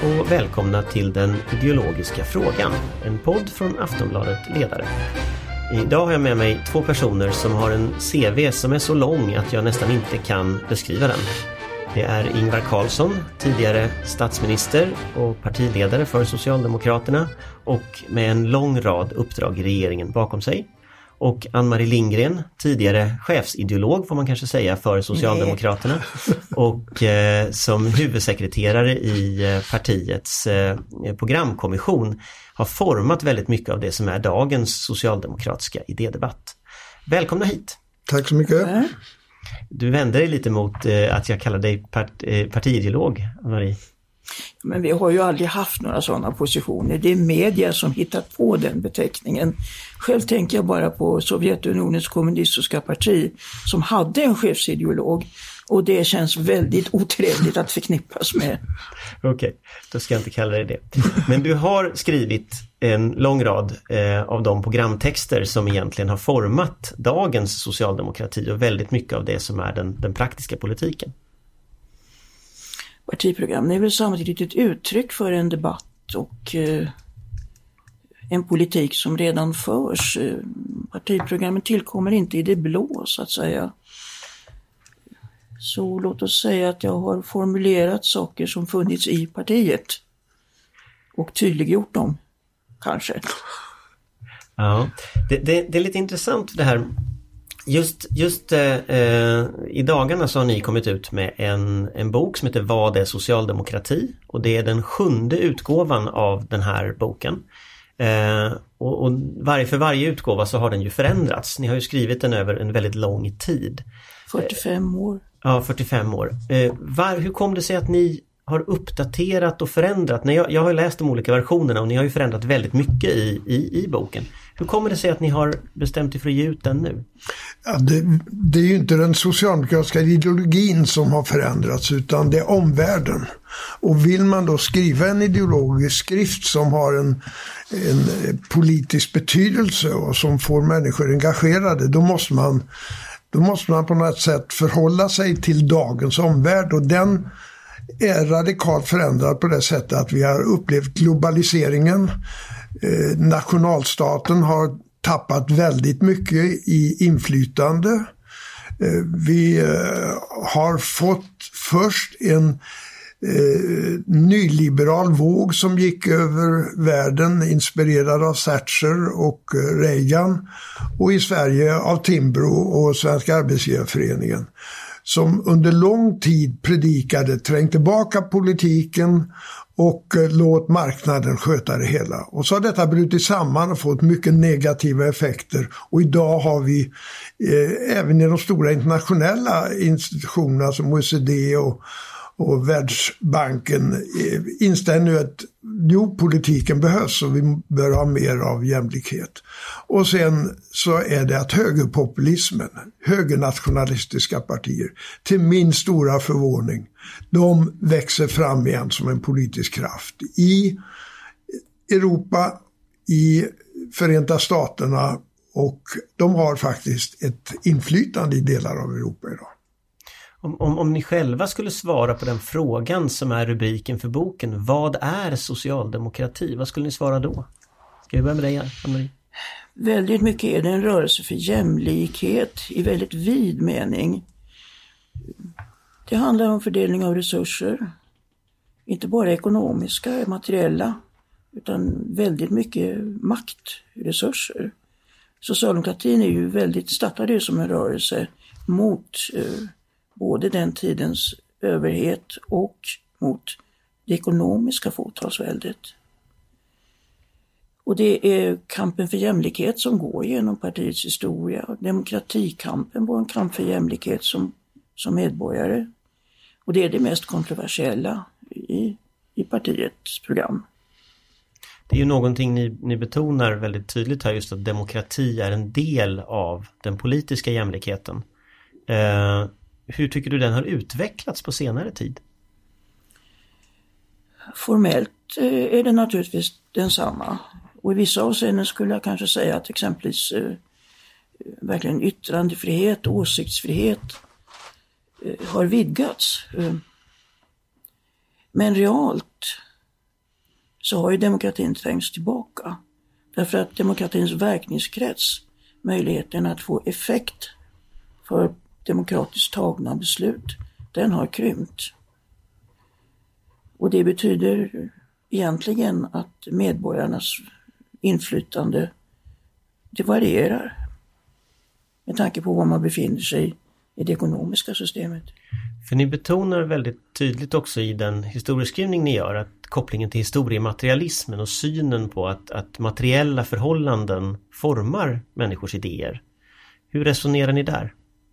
och välkomna till Den ideologiska frågan, en podd från Aftonbladet Ledare. Idag har jag med mig två personer som har en CV som är så lång att jag nästan inte kan beskriva den. Det är Ingvar Carlsson, tidigare statsminister och partiledare för Socialdemokraterna och med en lång rad uppdrag i regeringen bakom sig. Och Ann-Marie Lindgren, tidigare chefsideolog får man kanske säga för Socialdemokraterna och som huvudsekreterare i partiets programkommission har format väldigt mycket av det som är dagens socialdemokratiska idédebatt. Välkomna hit! Tack så mycket! Du vänder dig lite mot att jag kallar dig partiideolog, Ann-Marie. Men vi har ju aldrig haft några sådana positioner. Det är media som hittat på den beteckningen. Själv tänker jag bara på Sovjetunionens kommunistiska parti som hade en chefsideolog. Och det känns väldigt otrevligt att förknippas med. Okej, då ska jag inte kalla det. Men du har skrivit en lång rad av de programtexter som egentligen har format dagens socialdemokrati och väldigt mycket av det som är den praktiska politiken. Partiprogram är väl samtidigt ett uttryck för en debatt och en politik som redan förs. Partiprogrammen tillkommer inte i det blå så att säga. Så låt oss säga att jag har formulerat saker som funnits i partiet och tydliggjort dem, kanske. Ja, det är lite intressant det här. Just i dagarna så har ni kommit ut med en bok som heter Vad är socialdemokrati? Och det är den 7:e utgåvan av den här boken. Och för varje utgåva så har den ju förändrats. Ni har ju skrivit den över en väldigt lång tid. 45 år. Ja, 45 år. Hur kom det sig att ni har uppdaterat och förändrat? Jag har läst de olika versionerna och ni har ju förändrat väldigt mycket i boken. Hur kommer det sig att ni har bestämt er för att ge ut den nu? Ja, det är ju inte den socialdemokratiska ideologin som har förändrats utan det är omvärlden. Och vill man då skriva en ideologisk skrift som har en politisk betydelse och som får människor engagerade, då måste man på något sätt förhålla sig till dagens omvärld, och den är radikalt förändrad på det sättet att vi har upplevt globaliseringen. Nationalstaten har tappat väldigt mycket i inflytande. Vi har fått först en nyliberal våg som gick över världen, inspirerad av Thatcher och Reagan, och i Sverige av Timbro och Svenska arbetsgivarföreningen, som under lång tid predikade träng tillbaka politiken och låt marknaden sköta det hela. Och så har detta brutit samman och fått mycket negativa effekter. Och idag har vi även i de stora internationella institutionerna som OECD och Världsbanken instämmer nu att politiken behövs och vi bör ha mer av jämlikhet. Och sen så är det att högerpopulismen, högernationalistiska partier, till min stora förvåning, de växer fram igen som en politisk kraft i Europa, i Förenta Staterna, och de har faktiskt ett inflytande i delar av Europa idag. Om ni själva skulle svara på den frågan som är rubriken för boken, vad är socialdemokrati? Vad skulle ni svara då? Ska vi börja med dig, Ann-Marie? Väldigt mycket är det en rörelse för jämlikhet i väldigt vid mening. Det handlar om fördelning av resurser, inte bara ekonomiska, materiella, utan väldigt mycket maktresurser. Socialdemokratin är ju startade som en rörelse mot både den tidens överhet och mot det ekonomiska fåtalsväldet. Och det är kampen för jämlikhet som går genom partiets historia. Demokratikampen var en kamp för jämlikhet som medborgare. Och det är det mest kontroversiella i partiets program. Det är ju någonting ni betonar väldigt tydligt här, just att demokrati är en del av den politiska jämlikheten. Hur tycker du den har utvecklats på senare tid? Formellt är det naturligtvis densamma. Och i vissa avseenden skulle jag kanske säga att exempelvis verkligen yttrandefrihet och åsiktsfrihet har vidgats. Men realt så har ju demokratin trängts tillbaka. Därför att demokratins verkningskrets, möjligheten att få effekt för demokratiskt tagna beslut, den har krympt. Och det betyder egentligen att medborgarnas inflytande, det varierar med tanke på var man befinner sig i det ekonomiska systemet. För ni betonar väldigt tydligt också i den historieskrivning ni gör att kopplingen till historiematerialismen och synen på att materiella förhållanden formar människors idéer. Hur resonerar ni där?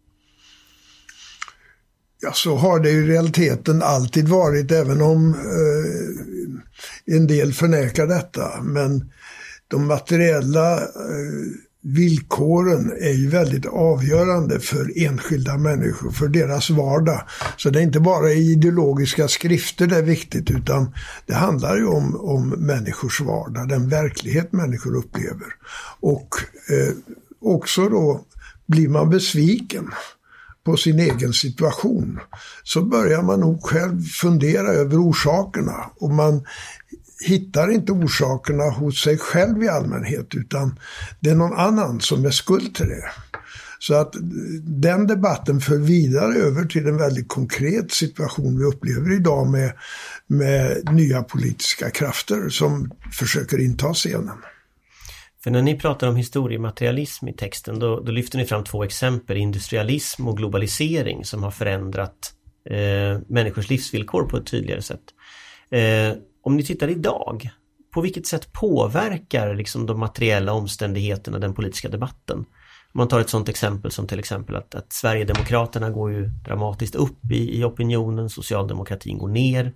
Ja, så har det i realiteten alltid varit, även om en del förnekar detta. Men de materiella villkoren är ju väldigt avgörande för enskilda människor, för deras vardag. Så det är inte bara i ideologiska skrifter det är viktigt, utan det handlar ju om människors vardag, den verklighet människor upplever. Och också då blir man besviken på sin egen situation, så börjar man nog själv fundera över orsakerna, och man hittar inte orsakerna hos sig själv i allmänhet, utan det är någon annan som är skuld till det. Så att den debatten för vidare över till en väldigt konkret situation vi upplever idag med nya politiska krafter som försöker inta scenen. För när ni pratar om historiematerialism i texten, då lyfter ni fram 2 exempel, industrialism och globalisering, som har förändrat människors livsvillkor på ett tydligare sätt. Om ni tittar idag, på vilket sätt påverkar liksom de materiella omständigheterna den politiska debatten? Om man tar ett sådant exempel som till exempel att Sverigedemokraterna går ju dramatiskt upp i opinionen, socialdemokratin går ner.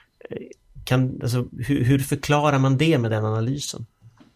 Hur förklarar man det med den analysen?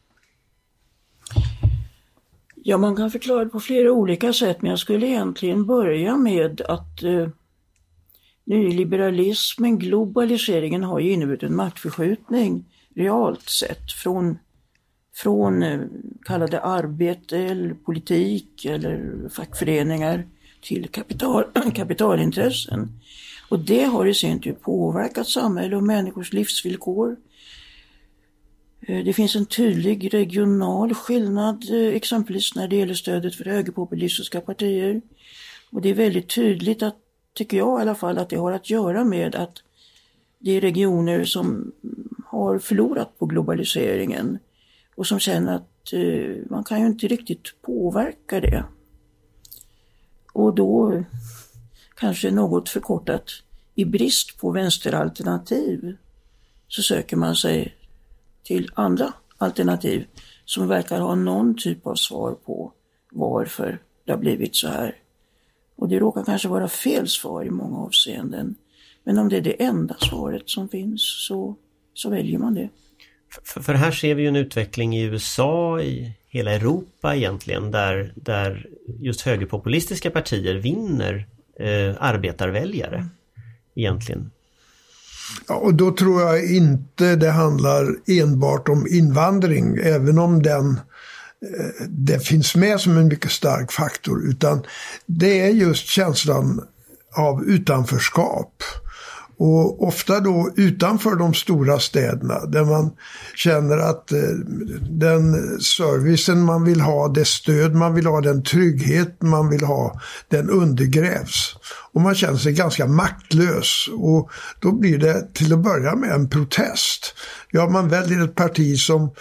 Ja, man kan förklara det på flera olika sätt, men jag skulle egentligen börja med att nyliberalismen, globaliseringen har ju inneburit en maktförskjutning realt sett från kallade arbete eller politik eller fackföreningar till kapitalintressen. Och det har i sin tur påverkat samhälle och människors livsvillkor. Det finns en tydlig regional skillnad, exempelvis när det gäller stödet för högerpopulistiska partier. Och det är väldigt tydligt att, tycker jag i alla fall, att det har att göra med att det är regioner som har förlorat på globaliseringen och som känner att man kan ju inte riktigt påverka det. Och då, kanske något förkortat, i brist på vänsteralternativ så söker man sig till andra alternativ som verkar ha någon typ av svar på varför det har blivit så här. Och det råkar kanske vara fel svar i många avseenden. Men om det är det enda svaret som finns så väljer man det. För här ser vi ju en utveckling i USA, i hela Europa egentligen, där just högerpopulistiska partier vinner arbetarväljare egentligen. Ja, och då tror jag inte det handlar enbart om invandring, även om det finns med som en mycket stark faktor, utan det är just känslan av utanförskap. Och ofta då utanför de stora städerna, där man känner att den servicen man vill ha, det stöd man vill ha, den trygghet man vill ha, den undergrävs. Och man känner sig ganska maktlös, och då blir det till att börja med en protest. Ja, man väljer ett parti som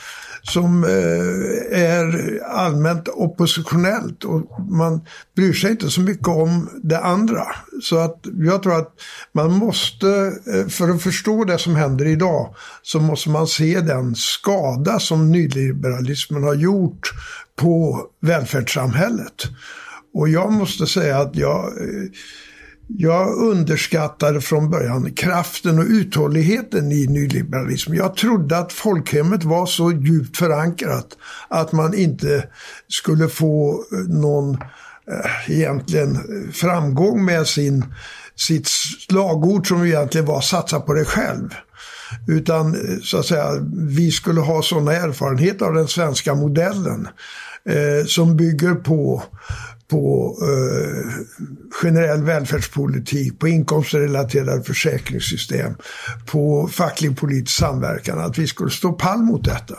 är allmänt oppositionellt, och man bryr sig inte så mycket om det andra. Så att jag tror att man måste, för att förstå det som händer idag, så måste man se den skada som nyliberalismen har gjort på välfärdssamhället. Och jag måste säga att jag underskattade från början kraften och uthålligheten i nyliberalism. Jag trodde att folkhemmet var så djupt förankrat att man inte skulle få någon egentligen framgång med sitt slagord, som egentligen var satsa på dig själv. Utan så att säga, vi skulle ha sådana erfarenheter av den svenska modellen som bygger på på generell välfärdspolitik, på inkomstrelaterade försäkringssystem, på facklig politisk samverkan, att vi skulle stå pall mot detta.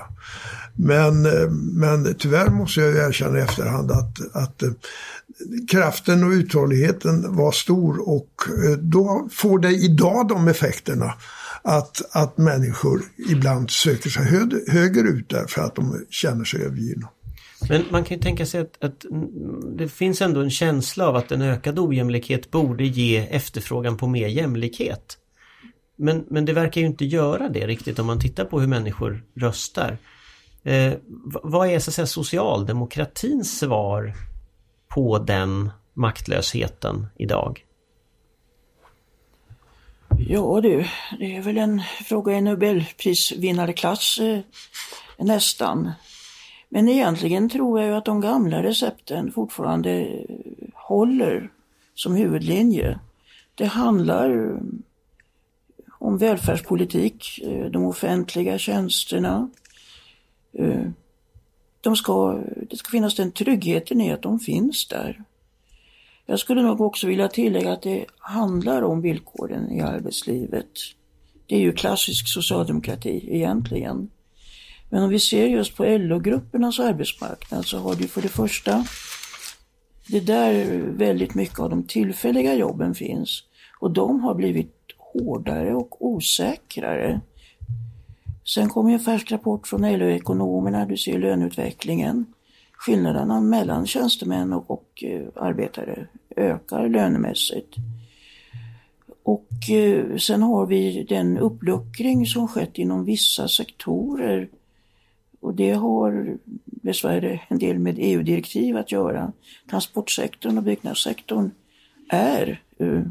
Men tyvärr måste jag erkänna i efterhand att kraften och uthålligheten var stor, och då får det idag de effekterna att människor ibland söker sig högerut därför att de känner sig övergivna. Men man kan ju tänka sig att det finns ändå en känsla av att en ökad ojämlikhet borde ge efterfrågan på mer jämlikhet. Men det verkar ju inte göra det riktigt om man tittar på hur människor röstar. Vad är så att säga socialdemokratins svar på den maktlösheten idag? Ja du, det är väl en fråga i Nobelprisvinnarklass nästan. Men egentligen tror jag ju att de gamla recepten fortfarande håller som huvudlinje. Det handlar om välfärdspolitik, de offentliga tjänsterna. Det ska finnas den tryggheten i att de finns där. Jag skulle nog också vilja tillägga att det handlar om villkoren i arbetslivet. Det är ju klassisk socialdemokrati egentligen. Men om vi ser just på LO-gruppernas arbetsmarknad så har du för det första det där väldigt mycket av de tillfälliga jobben finns. Och de har blivit hårdare och osäkrare. Sen kommer en färsk rapport från LO-ekonomerna, du ser löneutvecklingen. Skillnaderna mellan tjänstemän och arbetare ökar lönemässigt. Och sen har vi den uppluckring som skett inom vissa sektorer. Och det har dessvärre en del med EU-direktiv att göra. Transportsektorn och byggnadssektorn är,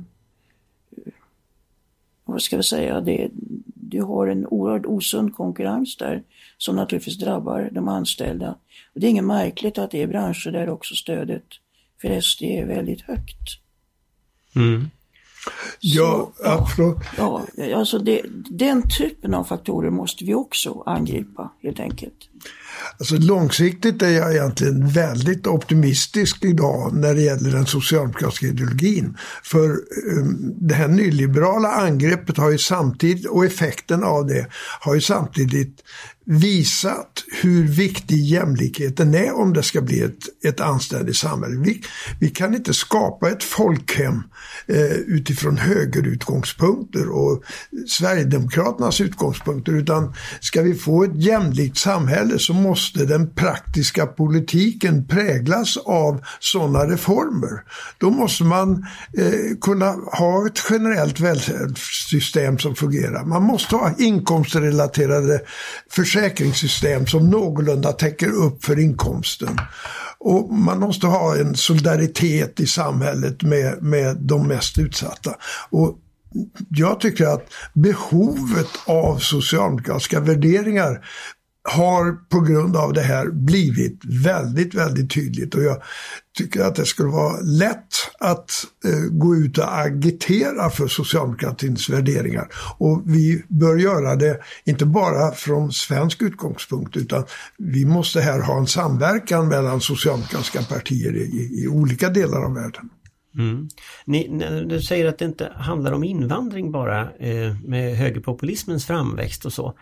vad ska vi säga, det har en oerhört osund konkurrens där som naturligtvis drabbar de anställda. Och det är inget märkligt att det är branscher där också stödet för SD är väldigt högt. Mm. Ja, absolut. Ja, alltså den typen av faktorer måste vi också angripa helt enkelt. Alltså långsiktigt är jag egentligen väldigt optimistisk idag när det gäller den socialdemokratiska ideologin. För det här nyliberala angreppet har ju samtidigt, och effekten av det har ju samtidigt visat hur viktig jämlikheten är om det ska bli ett anständigt samhälle. Vi kan inte skapa ett folkhem utifrån högerutgångspunkter och Sverigedemokraternas utgångspunkter, utan ska vi få ett jämlikt samhälle så måste den praktiska politiken präglas av sådana reformer. Då måste man kunna ha ett generellt välfärdssystem som fungerar. Man måste ha inkomstrelaterade försäkringssystem som någorlunda täcker upp för inkomsten. Och man måste ha en solidaritet i samhället med de mest utsatta. Och jag tycker att behovet av socialdemokratiska värderingar har på grund av det här blivit väldigt, väldigt tydligt. Och jag tycker att det skulle vara lätt att gå ut och agitera för socialdemokratins värderingar. Och vi bör göra det inte bara från svensk utgångspunkt, utan vi måste här ha en samverkan mellan socialdemokratiska partier i olika delar av världen. Mm. Du säger att det inte handlar om invandring bara med högerpopulismens framväxt och så.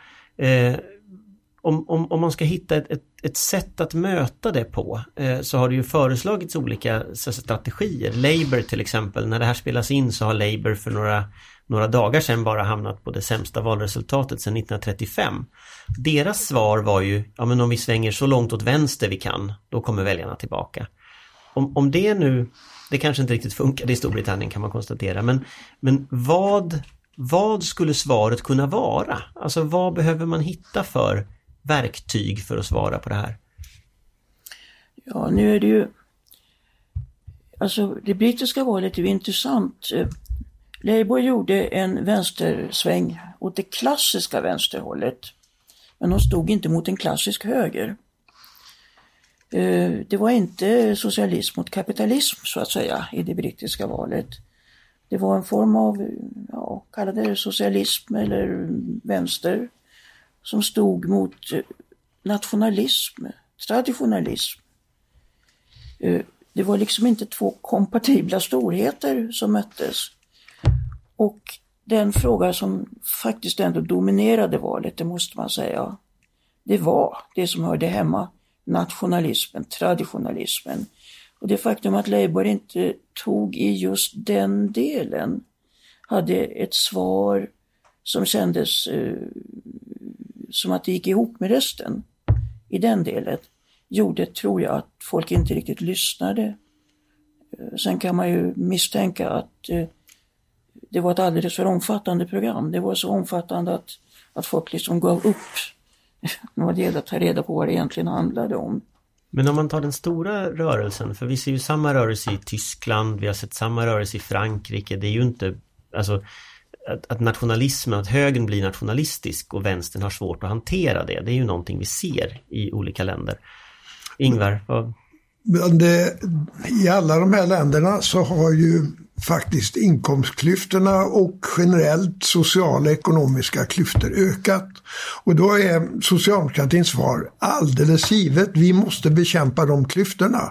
Om man ska hitta ett sätt att möta det på så har det ju föreslagits olika strategier. Labour till exempel, när det här spelas in så har Labour för några dagar sedan bara hamnat på det sämsta valresultatet sedan 1935. Deras svar var ju, ja men om vi svänger så långt åt vänster vi kan, då kommer väljarna tillbaka. Om det nu, det kanske inte riktigt funkar i Storbritannien kan man konstatera, men vad skulle svaret kunna vara? Alltså vad behöver man hitta för verktyg för att svara på det här? Ja, nu är det ju, alltså det brittiska valet är ju intressant. Labour gjorde en vänstersväng åt det klassiska vänsterhållet, men de stod inte mot en klassisk höger. Det var inte socialism mot kapitalism så att säga i det brittiska valet. Det var en form av, ja, kallade det socialism eller vänster, som stod mot nationalism, traditionalism. Det var liksom inte två kompatibla storheter som möttes. Och den fråga som faktiskt ändå dominerade valet, det måste man säga, det var det som hörde hemma, nationalismen, traditionalismen. Och det faktum att Labour inte tog i just den delen hade ett svar som kändes som att det gick ihop med resten i den delen. Gjorde, tror jag, att folk inte riktigt lyssnade. Sen kan man ju misstänka att det var ett alldeles för omfattande program. Det var så omfattande att folk liksom gav upp när det gällde att ta reda på vad det egentligen handlade om. Men om man tar den stora rörelsen, för vi ser ju samma rörelse i Tyskland, vi har sett samma rörelse i Frankrike, det är ju inte, alltså att nationalismen, att högern blir nationalistisk och vänstern har svårt att hantera det, det är ju någonting vi ser i olika länder. Ingvar, vad... Men i alla de här länderna så har ju faktiskt inkomstklyftorna och generellt sociala ekonomiska klyftor ökat. Och då är socialdemokratins svar alldeles givet, vi måste bekämpa de klyftorna.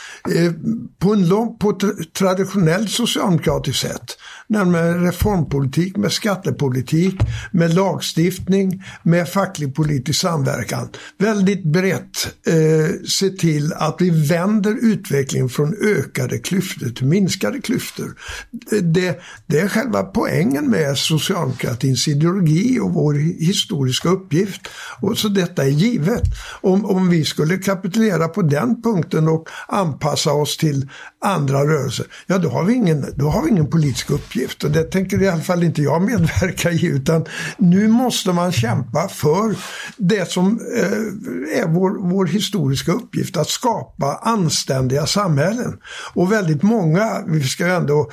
På traditionellt socialdemokratiskt sätt, med reformpolitik, med skattepolitik, med lagstiftning, med facklig politisk samverkan. Väldigt brett se till att vi vänder utvecklingen från ökade klyftor till minskade klyftor. Det är själva poängen med socialdemokratins ideologi och vår historiska uppgift. Och så detta är givet. Om vi skulle kapitulera på den punkten och anpassa oss till andra rörelser, ja då har vi ingen politisk uppgift, och det tänker i alla fall inte jag medverka i, utan nu måste man kämpa för det som är vår historiska uppgift, att skapa anständiga samhällen. Och väldigt många, vi ska ändå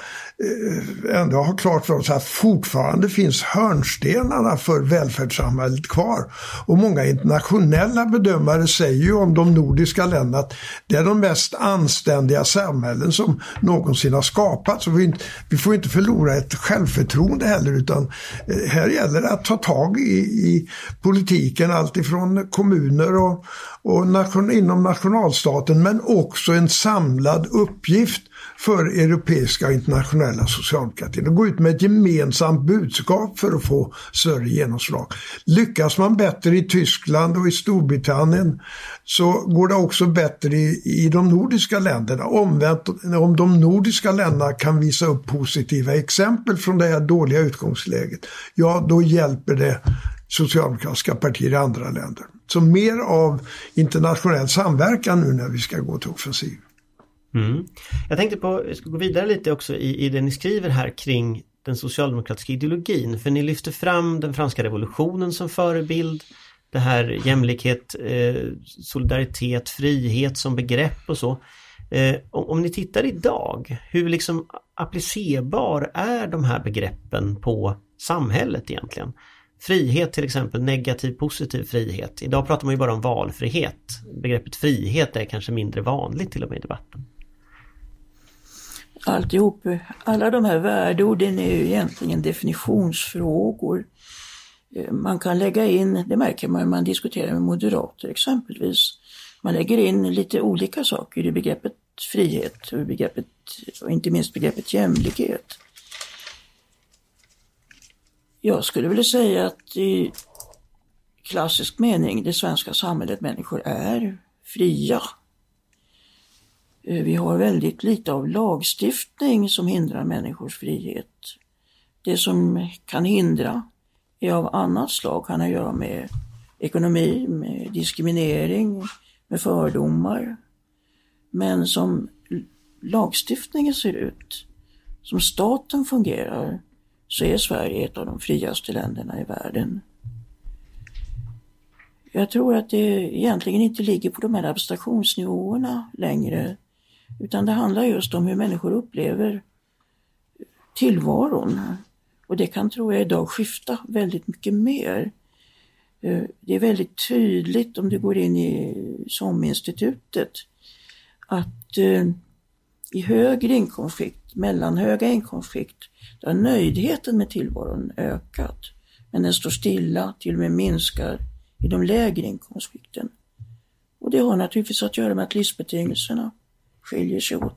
ha klart för oss att fortfarande finns hörnstenarna för välfärdssamhället kvar, och många internationella bedömare säger ju om de nordiska länderna att det är de mest anständiga samhällen som någonsin har skapats. Så vi får inte förlora ett självförtroende heller, utan här gäller det att ta tag i politiken, allt ifrån kommuner och inom nationalstaten, men också en samlad uppgift för europeiska och internationella socialdemokratin och gå ut med ett gemensamt budskap för att få större genomslag. Lyckas man bättre i Tyskland och i Storbritannien så går det också bättre i de nordiska länderna. Omvänt, om de nordiska länderna kan visa upp positiva exempel från det här dåliga utgångsläget, ja då hjälper det socialdemokratiska partier i andra länder. Så mer av internationell samverkan nu när vi ska gå till offensiv. Mm. Jag tänkte jag ska gå vidare lite också i det ni skriver här kring den socialdemokratiska ideologin, för ni lyfter fram den franska revolutionen som förebild, det här jämlikhet, solidaritet, frihet som begrepp och så. Om ni tittar idag, hur liksom applicerbar är de här begreppen på samhället egentligen? Frihet till exempel, negativ, positiv frihet. Idag pratar man ju bara om valfrihet. Begreppet frihet är kanske mindre vanligt till och med i debatten. Alla de här värdeorden är ju egentligen definitionsfrågor. Man kan lägga in, det märker man diskuterar med moderater exempelvis. Man lägger in lite olika saker i begreppet frihet och inte minst begreppet jämlikhet. Jag skulle vilja säga att i klassisk mening, det svenska samhället, människor är fria. Vi har väldigt lite av lagstiftning som hindrar människors frihet. Det som kan hindra är av annat slag, kan ha att göra med ekonomi, med diskriminering, med fördomar. Men som lagstiftningen ser ut, som staten fungerar, så är Sverige ett av de friaste länderna i världen. Jag tror att det egentligen inte ligger på de här abstraktionsnivåerna längre, utan det handlar just om hur människor upplever tillvaron. Och det kan, tror jag, idag skifta väldigt mycket mer. Det är väldigt tydligt om du går in i SOM-institutet att i högre inkomstskikt, mellanhöga inkomstskikt, där har nöjdheten med tillvaron ökat. Men den står stilla, till och med minskar i de lägre inkomstskikten. Och det har naturligtvis att göra med att livsbetingelserna skiljer sig åt.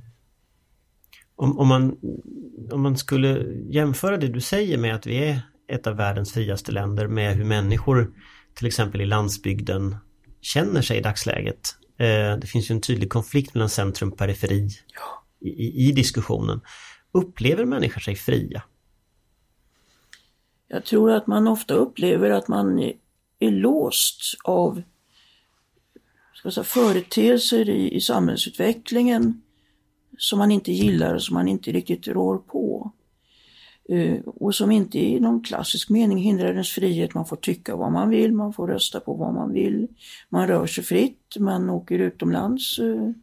Om man skulle jämföra det du säger med att vi är ett av världens friaste länder med hur människor till exempel i landsbygden känner sig i dagsläget. Det finns ju en tydlig konflikt mellan centrum och periferi i diskussionen. Upplever människor sig fria? Jag tror att man ofta upplever att man är låst av företeelser i samhällsutvecklingen som man inte gillar och som man inte riktigt rår på. Och som inte i någon klassisk mening hindrar ens frihet. Man får tycka vad man vill, man får rösta på vad man vill. Man rör sig fritt, man åker utomlands.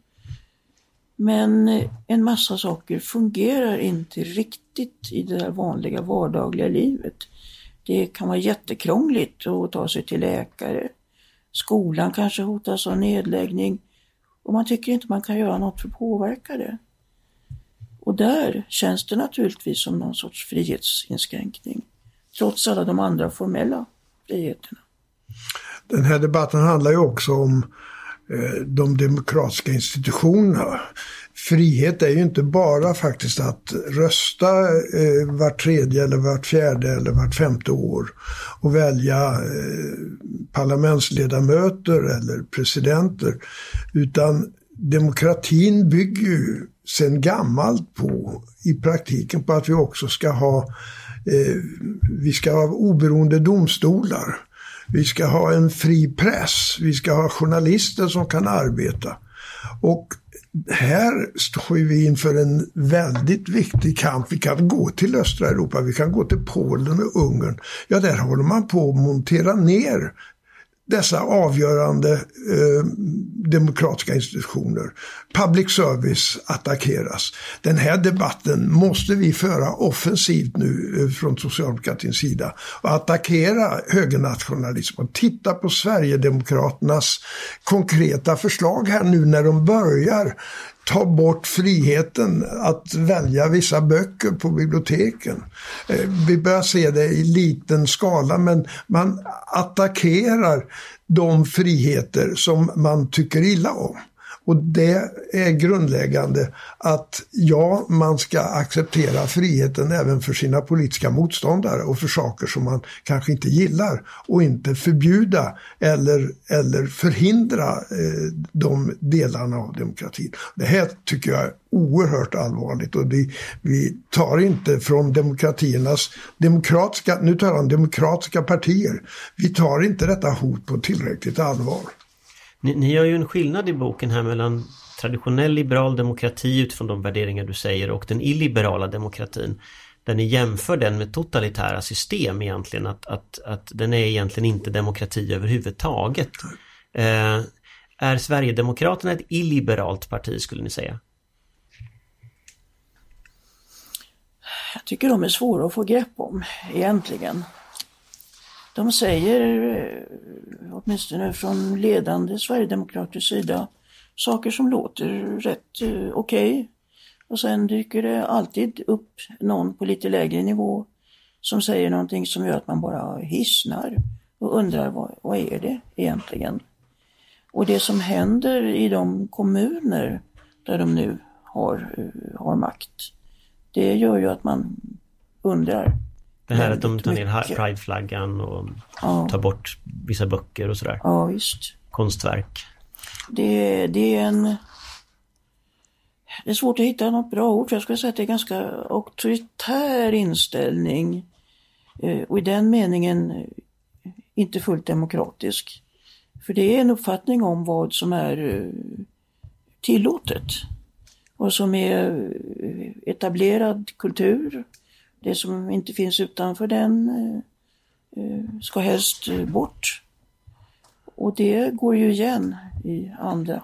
Men en massa saker fungerar inte riktigt i det där vanliga vardagliga livet. Det kan vara jättekrångligt att ta sig till läkare. Skolan kanske hotas av nedläggning. Och man tycker inte man kan göra något för att påverka det. Och där känns det naturligtvis som någon sorts frihetsinskränkning. Trots alla de andra formella friheterna. Den här debatten handlar ju också om de demokratiska institutionerna. Frihet är ju inte bara faktiskt att rösta vart tredje eller vart fjärde eller vart femte år och välja parlamentsledamöter eller presidenter, utan demokratin bygger ju sedan gammalt på, i praktiken, på att vi också ska ha oberoende domstolar. Vi ska ha en fri press. Vi ska ha journalister som kan arbeta. Och här står vi inför en väldigt viktig kamp. Vi kan gå till östra Europa, vi kan gå till Polen och Ungern. Ja, där håller man på att montera ner dessa avgörande demokratiska institutioner. Public service attackeras. Den här debatten måste vi föra offensivt nu från socialdemokratins sida och attackera högernationalism och titta på Sverigedemokraternas konkreta förslag här nu när de börjar ta bort friheten att välja vissa böcker på biblioteken. Vi börjar se det i liten skala, men man attackerar de friheter som man tycker illa om. Och det är grundläggande att man ska acceptera friheten även för sina politiska motståndare och för saker som man kanske inte gillar, och inte förbjuda eller förhindra de delarna av demokratin. Det här tycker jag är oerhört allvarligt, och vi tar inte från demokratiska partier, vi tar inte detta hot på tillräckligt allvar. Ni gör ju en skillnad i boken här mellan traditionell liberal demokrati utifrån de värderingar du säger och den illiberala demokratin, där ni jämför den med totalitära system egentligen, att den är egentligen inte demokrati överhuvudtaget. Är Sverigedemokraterna ett illiberalt parti, skulle ni säga? Jag tycker de är svåra att få grepp om egentligen. De säger, åtminstone från ledande Sverigedemokraters sida, saker som låter rätt okej. Och sen dyker det alltid upp någon på lite lägre nivå som säger någonting som gör att man bara hissnar och undrar vad är det egentligen. Och det som händer i de kommuner där de nu har makt, det gör ju att man undrar. Det här att de tar ner Pride-flaggan och tar bort vissa böcker och sådär. Ja, visst. Konstverk. Det är svårt att hitta något bra ord. Jag skulle säga att det är ganska auktoritär inställning. Och i den meningen inte fullt demokratisk. För det är en uppfattning om vad som är tillåtet. Och som är etablerad kultur. Det som inte finns utanför den ska helst bort. Och det går ju igen i andra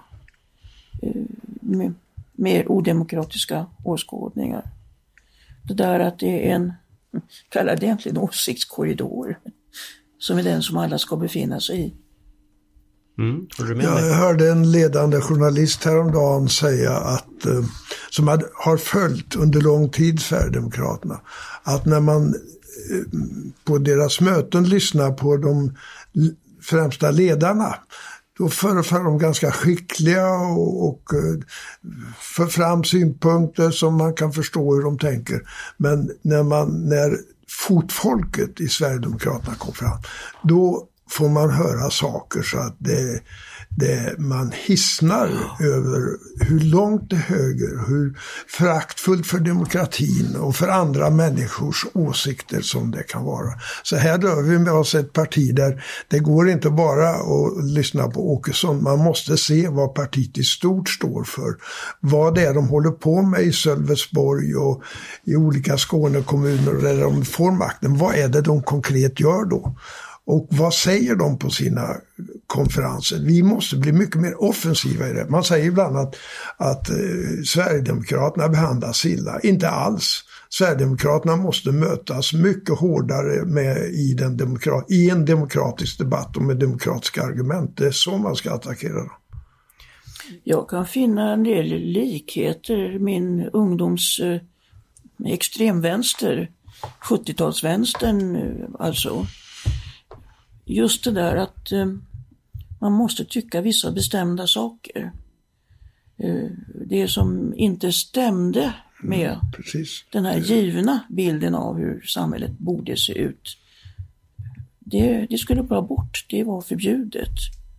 mer odemokratiska åskådningar. Det där att det är en, kallar det egentligen åsiktskorridor, som är den som alla ska befinna sig i. Jag hörde en ledande journalist häromdagen säga att, som har följt under lång tid Sverigedemokraterna, att när man på deras möten lyssnar på de främsta ledarna, Då förefaller de ganska skickliga och för fram synpunkter som man kan förstå hur de tänker. Men när fotfolket i Sverigedemokraterna kom fram, då får man höra saker så att man hissnar över hur långt det höger, hur föraktfullt för demokratin och för andra människors åsikter som det kan vara. Så här rör vi med oss ett parti där det går inte bara att lyssna på Åkesson, man måste se vad partiet i stort står för. Vad det är de håller på med i Sölvesborg och i olika Skånekommuner där de får makten. Vad är det de konkret gör då? Och vad säger de på sina konferenser? Vi måste bli mycket mer offensiva i det. Man säger ibland att Sverigedemokraterna behandlas illa. Inte alls. Sverigedemokraterna måste mötas mycket hårdare i en demokratisk debatt och med demokratiska argument. Det är så man ska attackera dem. Jag kan finna en del likheter. Min ungdoms extremvänster, 70-talsvänstern alltså. Just det där att man måste tycka vissa bestämda saker. Det som inte stämde med den här givna bilden av hur samhället borde se ut. Det skulle bara bort, det var förbjudet.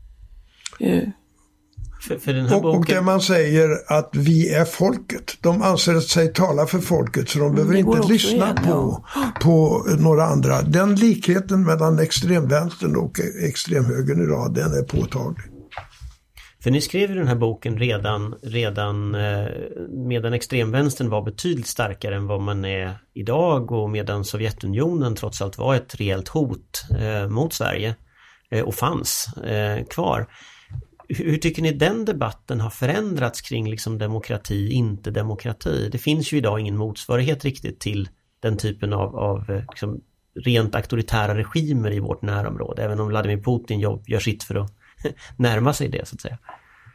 För den här boken... Och där man säger att vi är folket. De anser sig tala för folket så de behöver inte lyssna på några andra. Den likheten mellan extremvänstern och extremhögern idag, den är påtaglig. För ni skrev den här boken redan medan extremvänstern var betydligt starkare än vad man är idag och medan Sovjetunionen trots allt var ett rejält hot mot Sverige och fanns kvar. Hur tycker ni den debatten har förändrats kring liksom demokrati, inte demokrati? Det finns ju idag ingen motsvarighet riktigt till den typen av liksom rent auktoritära regimer i vårt närområde. Även om Vladimir Putin gör sitt för att närma sig det så att säga.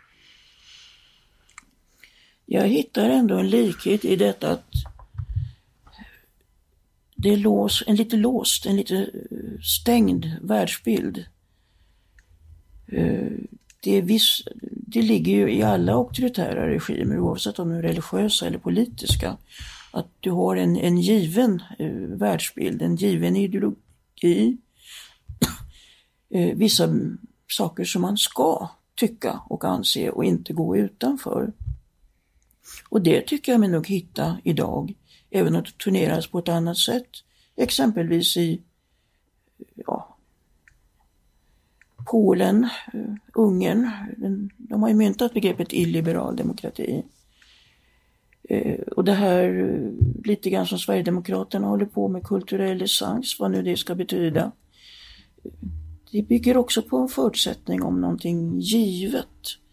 Jag hittar ändå en likhet i detta att det är en lite stängd världsbild. Det ligger ju i alla auktoritära regimer oavsett om de är religiösa eller politiska att du har en given världsbild, en given ideologi, vissa saker som man ska tycka och anse och inte gå utanför. Och det tycker jag mig nog hitta idag, även om det turneras på ett annat sätt, exempelvis i Polen, Ungern, de har ju myntat begreppet illiberal demokrati. Och det här lite grann som Sverigedemokraterna håller på med kulturell essens, vad nu det ska betyda. Det bygger också på en förutsättning om någonting givet.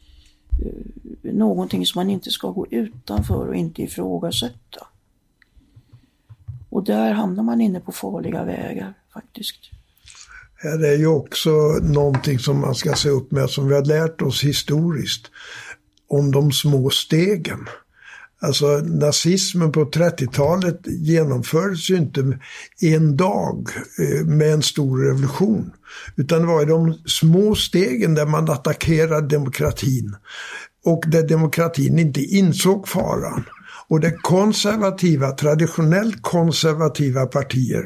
Någonting som man inte ska gå utanför och inte ifrågasätta. Och där hamnar man inne på farliga vägar faktiskt. Här är ju också någonting som man ska se upp med som vi har lärt oss historiskt om de små stegen. Alltså nazismen på 30-talet genomfördes ju inte en dag med en stor revolution. Utan det var i de små stegen där man attackerade demokratin. Och där demokratin inte insåg faran. Och där traditionellt konservativa partier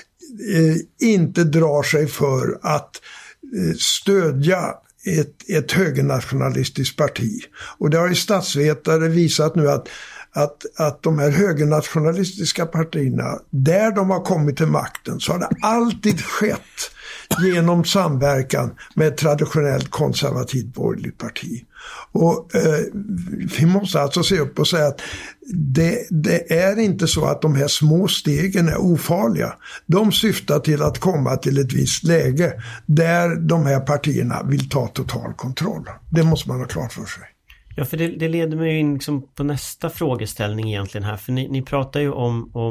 inte drar sig för att stödja ett högernationalistiskt parti. Och det har ju statsvetare visat nu att de här högernationalistiska partierna, där de har kommit till makten så har det alltid skett genom samverkan med ett traditionellt konservativt borgerligt parti. Och vi måste alltså se upp och säga att det är inte så att de här små stegen är ofarliga. De syftar till att komma till ett visst läge där de här partierna vill ta total kontroll. Det måste man ha klart för sig. Ja, för det leder mig in liksom på nästa frågeställning egentligen här. För ni pratar ju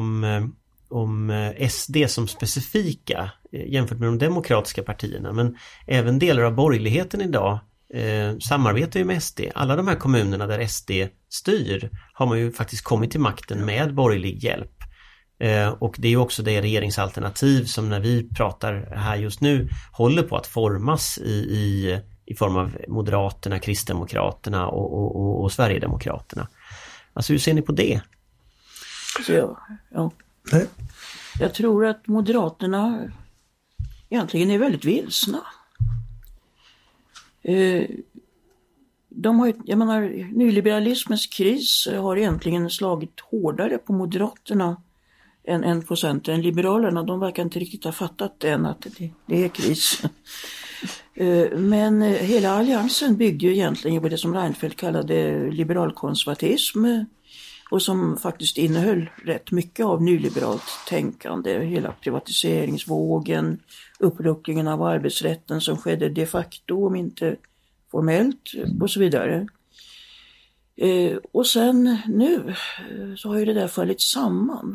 om SD som specifika jämfört med de demokratiska partierna. Men även delar av borgerligheten idag samarbetar ju med SD. Alla de här kommunerna där SD styr har man ju faktiskt kommit till makten med borgerlig hjälp. Och det är ju också det regeringsalternativ som när vi pratar här just nu håller på att formas i i form av Moderaterna, Kristdemokraterna och Sverigedemokraterna. Alltså hur ser ni på det? Ja. Jag tror att Moderaterna egentligen är väldigt vilsna. Nyliberalismens kris har egentligen slagit hårdare på Moderaterna än på Centern. Liberalerna, de verkar inte riktigt ha fattat än att det är kris. Men hela alliansen byggde ju egentligen på det som Reinfeldt kallade liberalkonservatism och som faktiskt innehöll rätt mycket av nyliberalt tänkande. Hela privatiseringsvågen, uppluckringen av arbetsrätten som skedde de facto om inte formellt och så vidare. Och sen nu så har ju det där fallit samman.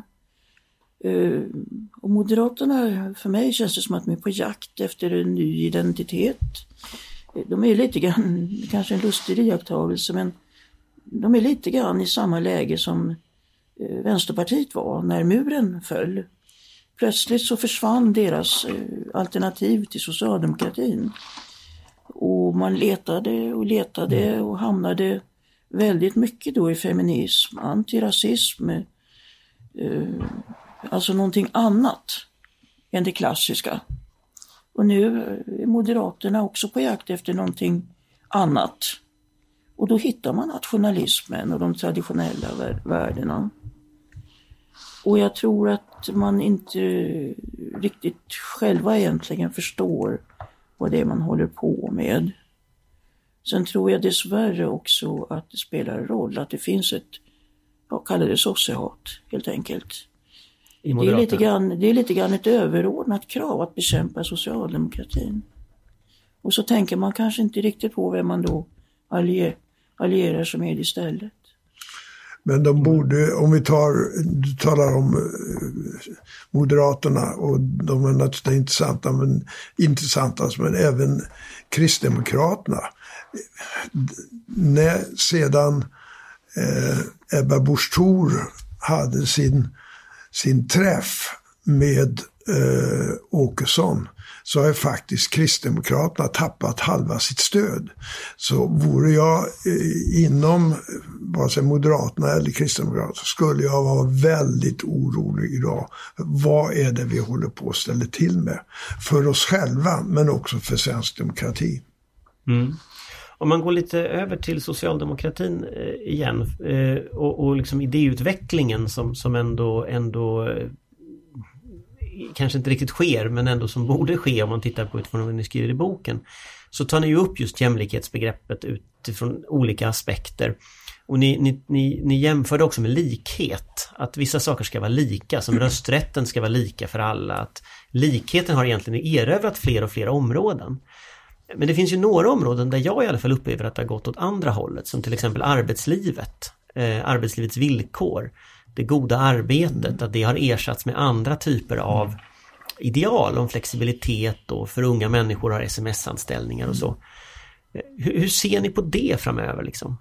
Och Moderaterna, för mig känns det som att de är på jakt efter en ny identitet. De är lite grann, kanske en lustig iakttagelse, men de är lite grann i samma läge som Vänsterpartiet var när muren föll. Plötsligt så försvann deras alternativ till socialdemokratin. Och man letade och hamnade väldigt mycket då i feminism, antirasism, alltså någonting annat än det klassiska. Och nu är Moderaterna också på jakt efter någonting annat. Och då hittar man nationalismen och de traditionella värdena. Och jag tror att man inte riktigt själva egentligen förstår vad det är man håller på med. Sen tror jag dessvärre också att det spelar roll att det finns ett, jag kallar det sossehat helt enkelt. Det är lite grann ett överordnat krav att bekämpa socialdemokratin. Och så tänker man kanske inte riktigt på vem man då allierar sig med istället. Men de borde, om vi talar om Moderaterna, och de är naturligtvis intressantast, men även Kristdemokraterna. Sedan Ebba Busch Thor hade sin träff med Åkesson, så har faktiskt Kristdemokraterna tappat halva sitt stöd. Så vore jag inom vare sig Moderaterna eller Kristdemokraterna, så skulle jag vara väldigt orolig idag. Vad är det vi håller på att ställa till med? För oss själva, men också för svensk demokrati. Mm. Om man går lite över till socialdemokratin igen och liksom idéutvecklingen som ändå kanske inte riktigt sker, men ändå som borde ske om man tittar på utifrån vad ni skriver i boken, så tar ni ju upp just jämlikhetsbegreppet utifrån olika aspekter. Och ni jämförde också med likhet, att vissa saker ska vara lika, som rösträtten ska vara lika för alla, att likheten har egentligen erövrat fler och fler områden. Men det finns ju några områden där jag i alla fall upplever att det har gått åt andra hållet, som till exempel arbetslivet, arbetslivets villkor, det goda arbetet, att det har ersatts med andra typer av ideal om flexibilitet, och för unga människor har sms-anställningar och så. Hur ser ni på det framöver liksom?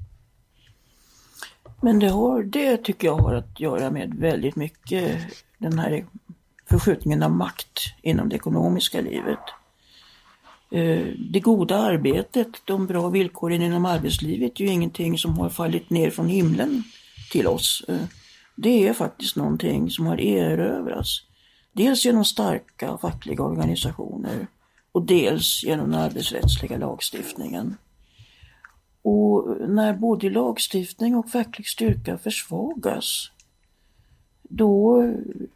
Men det tycker jag har att göra med väldigt mycket den här förskjutningen av makt inom det ekonomiska livet. Det goda arbetet, de bra villkoren inom arbetslivet är ju ingenting som har fallit ner från himlen till oss. Det är faktiskt någonting som har erövrats. Dels genom starka fackliga organisationer och dels genom den arbetsrättsliga lagstiftningen. Och när både lagstiftning och facklig styrka försvagas, då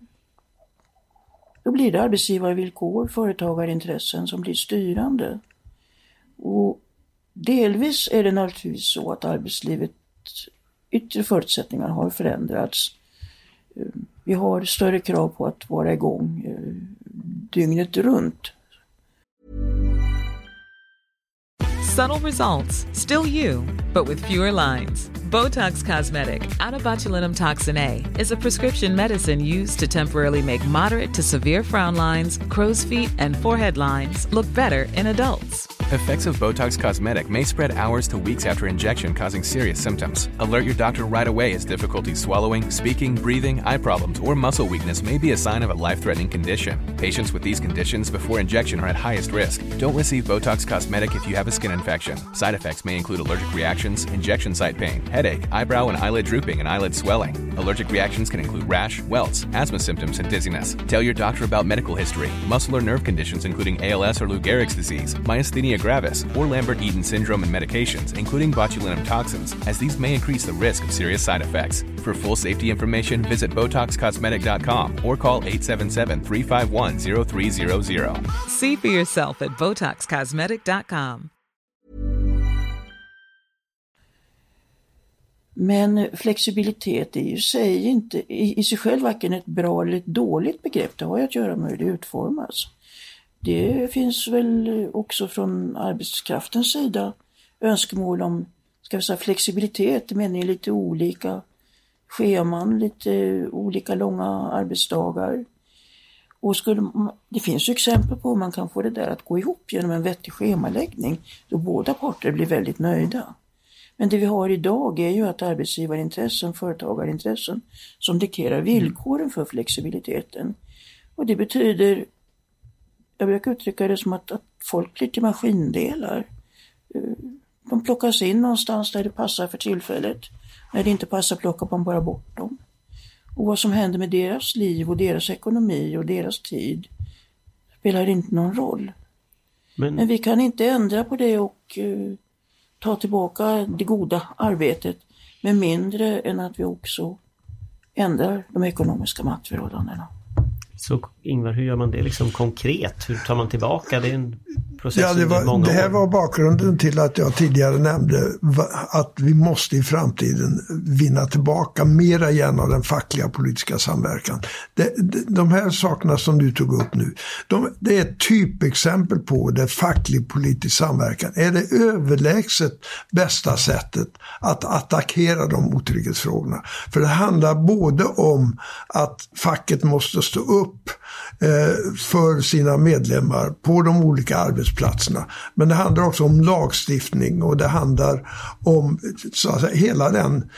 blir det arbetsgivarvillkor, företagarintressen som blir styrande. Och delvis är det naturligtvis så att arbetslivets yttre förutsättningar har förändrats. Vi har större krav på att vara igång dygnet runt. Subtle results, still you, but with fewer lines. Botox Cosmetic, out of botulinum toxin A, is a prescription medicine used to temporarily make moderate to severe frown lines, crow's feet, and forehead lines look better in adults. Effects of Botox Cosmetic may spread hours to weeks after injection, causing serious symptoms. Alert your doctor right away as difficulty swallowing, speaking, breathing, eye problems, or muscle weakness may be a sign of a life-threatening condition. Patients with these conditions before injection are at highest risk. Don't receive Botox Cosmetic if you have a skin infection. Side effects may include allergic reactions, injection site pain, headache, eyebrow and eyelid drooping, and eyelid swelling. Allergic reactions can include rash, welts, asthma symptoms, and dizziness. Tell your doctor about medical history, muscle or nerve conditions including ALS or Lou Gehrig's disease, myasthenia gravis, or Lambert-Eaton syndrome, and medications, including botulinum toxins, as these may increase the risk of serious side effects. For full safety information, visit BotoxCosmetic.com or call 877-351-0300. See for yourself at BotoxCosmetic.com. Men flexibilitet är ju i sig själv varken ett bra eller ett dåligt begrepp. Det har ju att göra med hur det utformas. Det finns väl också från arbetskraftens sida önskemål om, ska vi säga, flexibilitet, i meningen lite olika scheman, lite olika långa arbetsdagar. Och det finns ju exempel på hur man kan få det där att gå ihop genom en vettig schemaläggning då båda parter blir väldigt nöjda. Men det vi har idag är ju att arbetsgivarintressen, företagarintressen som dikterar villkoren för flexibiliteten. Och det betyder, jag brukar uttrycka det som att folk blir till maskindelar. De plockas in någonstans där det passar för tillfället. När det inte passar plockar man bara bort dem. Och vad som händer med deras liv och deras ekonomi och deras tid spelar inte någon roll. Men vi kan inte ändra på det och ta tillbaka det goda arbetet med mindre än att vi också ändrar de ekonomiska maktförhållandena. Så Ingvar, hur gör man det liksom konkret? Hur tar man tillbaka? Det är en process det här var bakgrunden till att jag tidigare nämnde att vi måste i framtiden vinna tillbaka mera igen av den fackliga politiska samverkan. De här sakerna som du tog upp nu, det är ett typexempel på det facklig politisk samverkan är det överlägset bästa sättet att attackera de otrygghetsfrågorna. För det handlar både om att facket måste stå upp för sina medlemmar på de olika arbetsplatserna. Men det handlar också om lagstiftning och det handlar om så att säga, hela den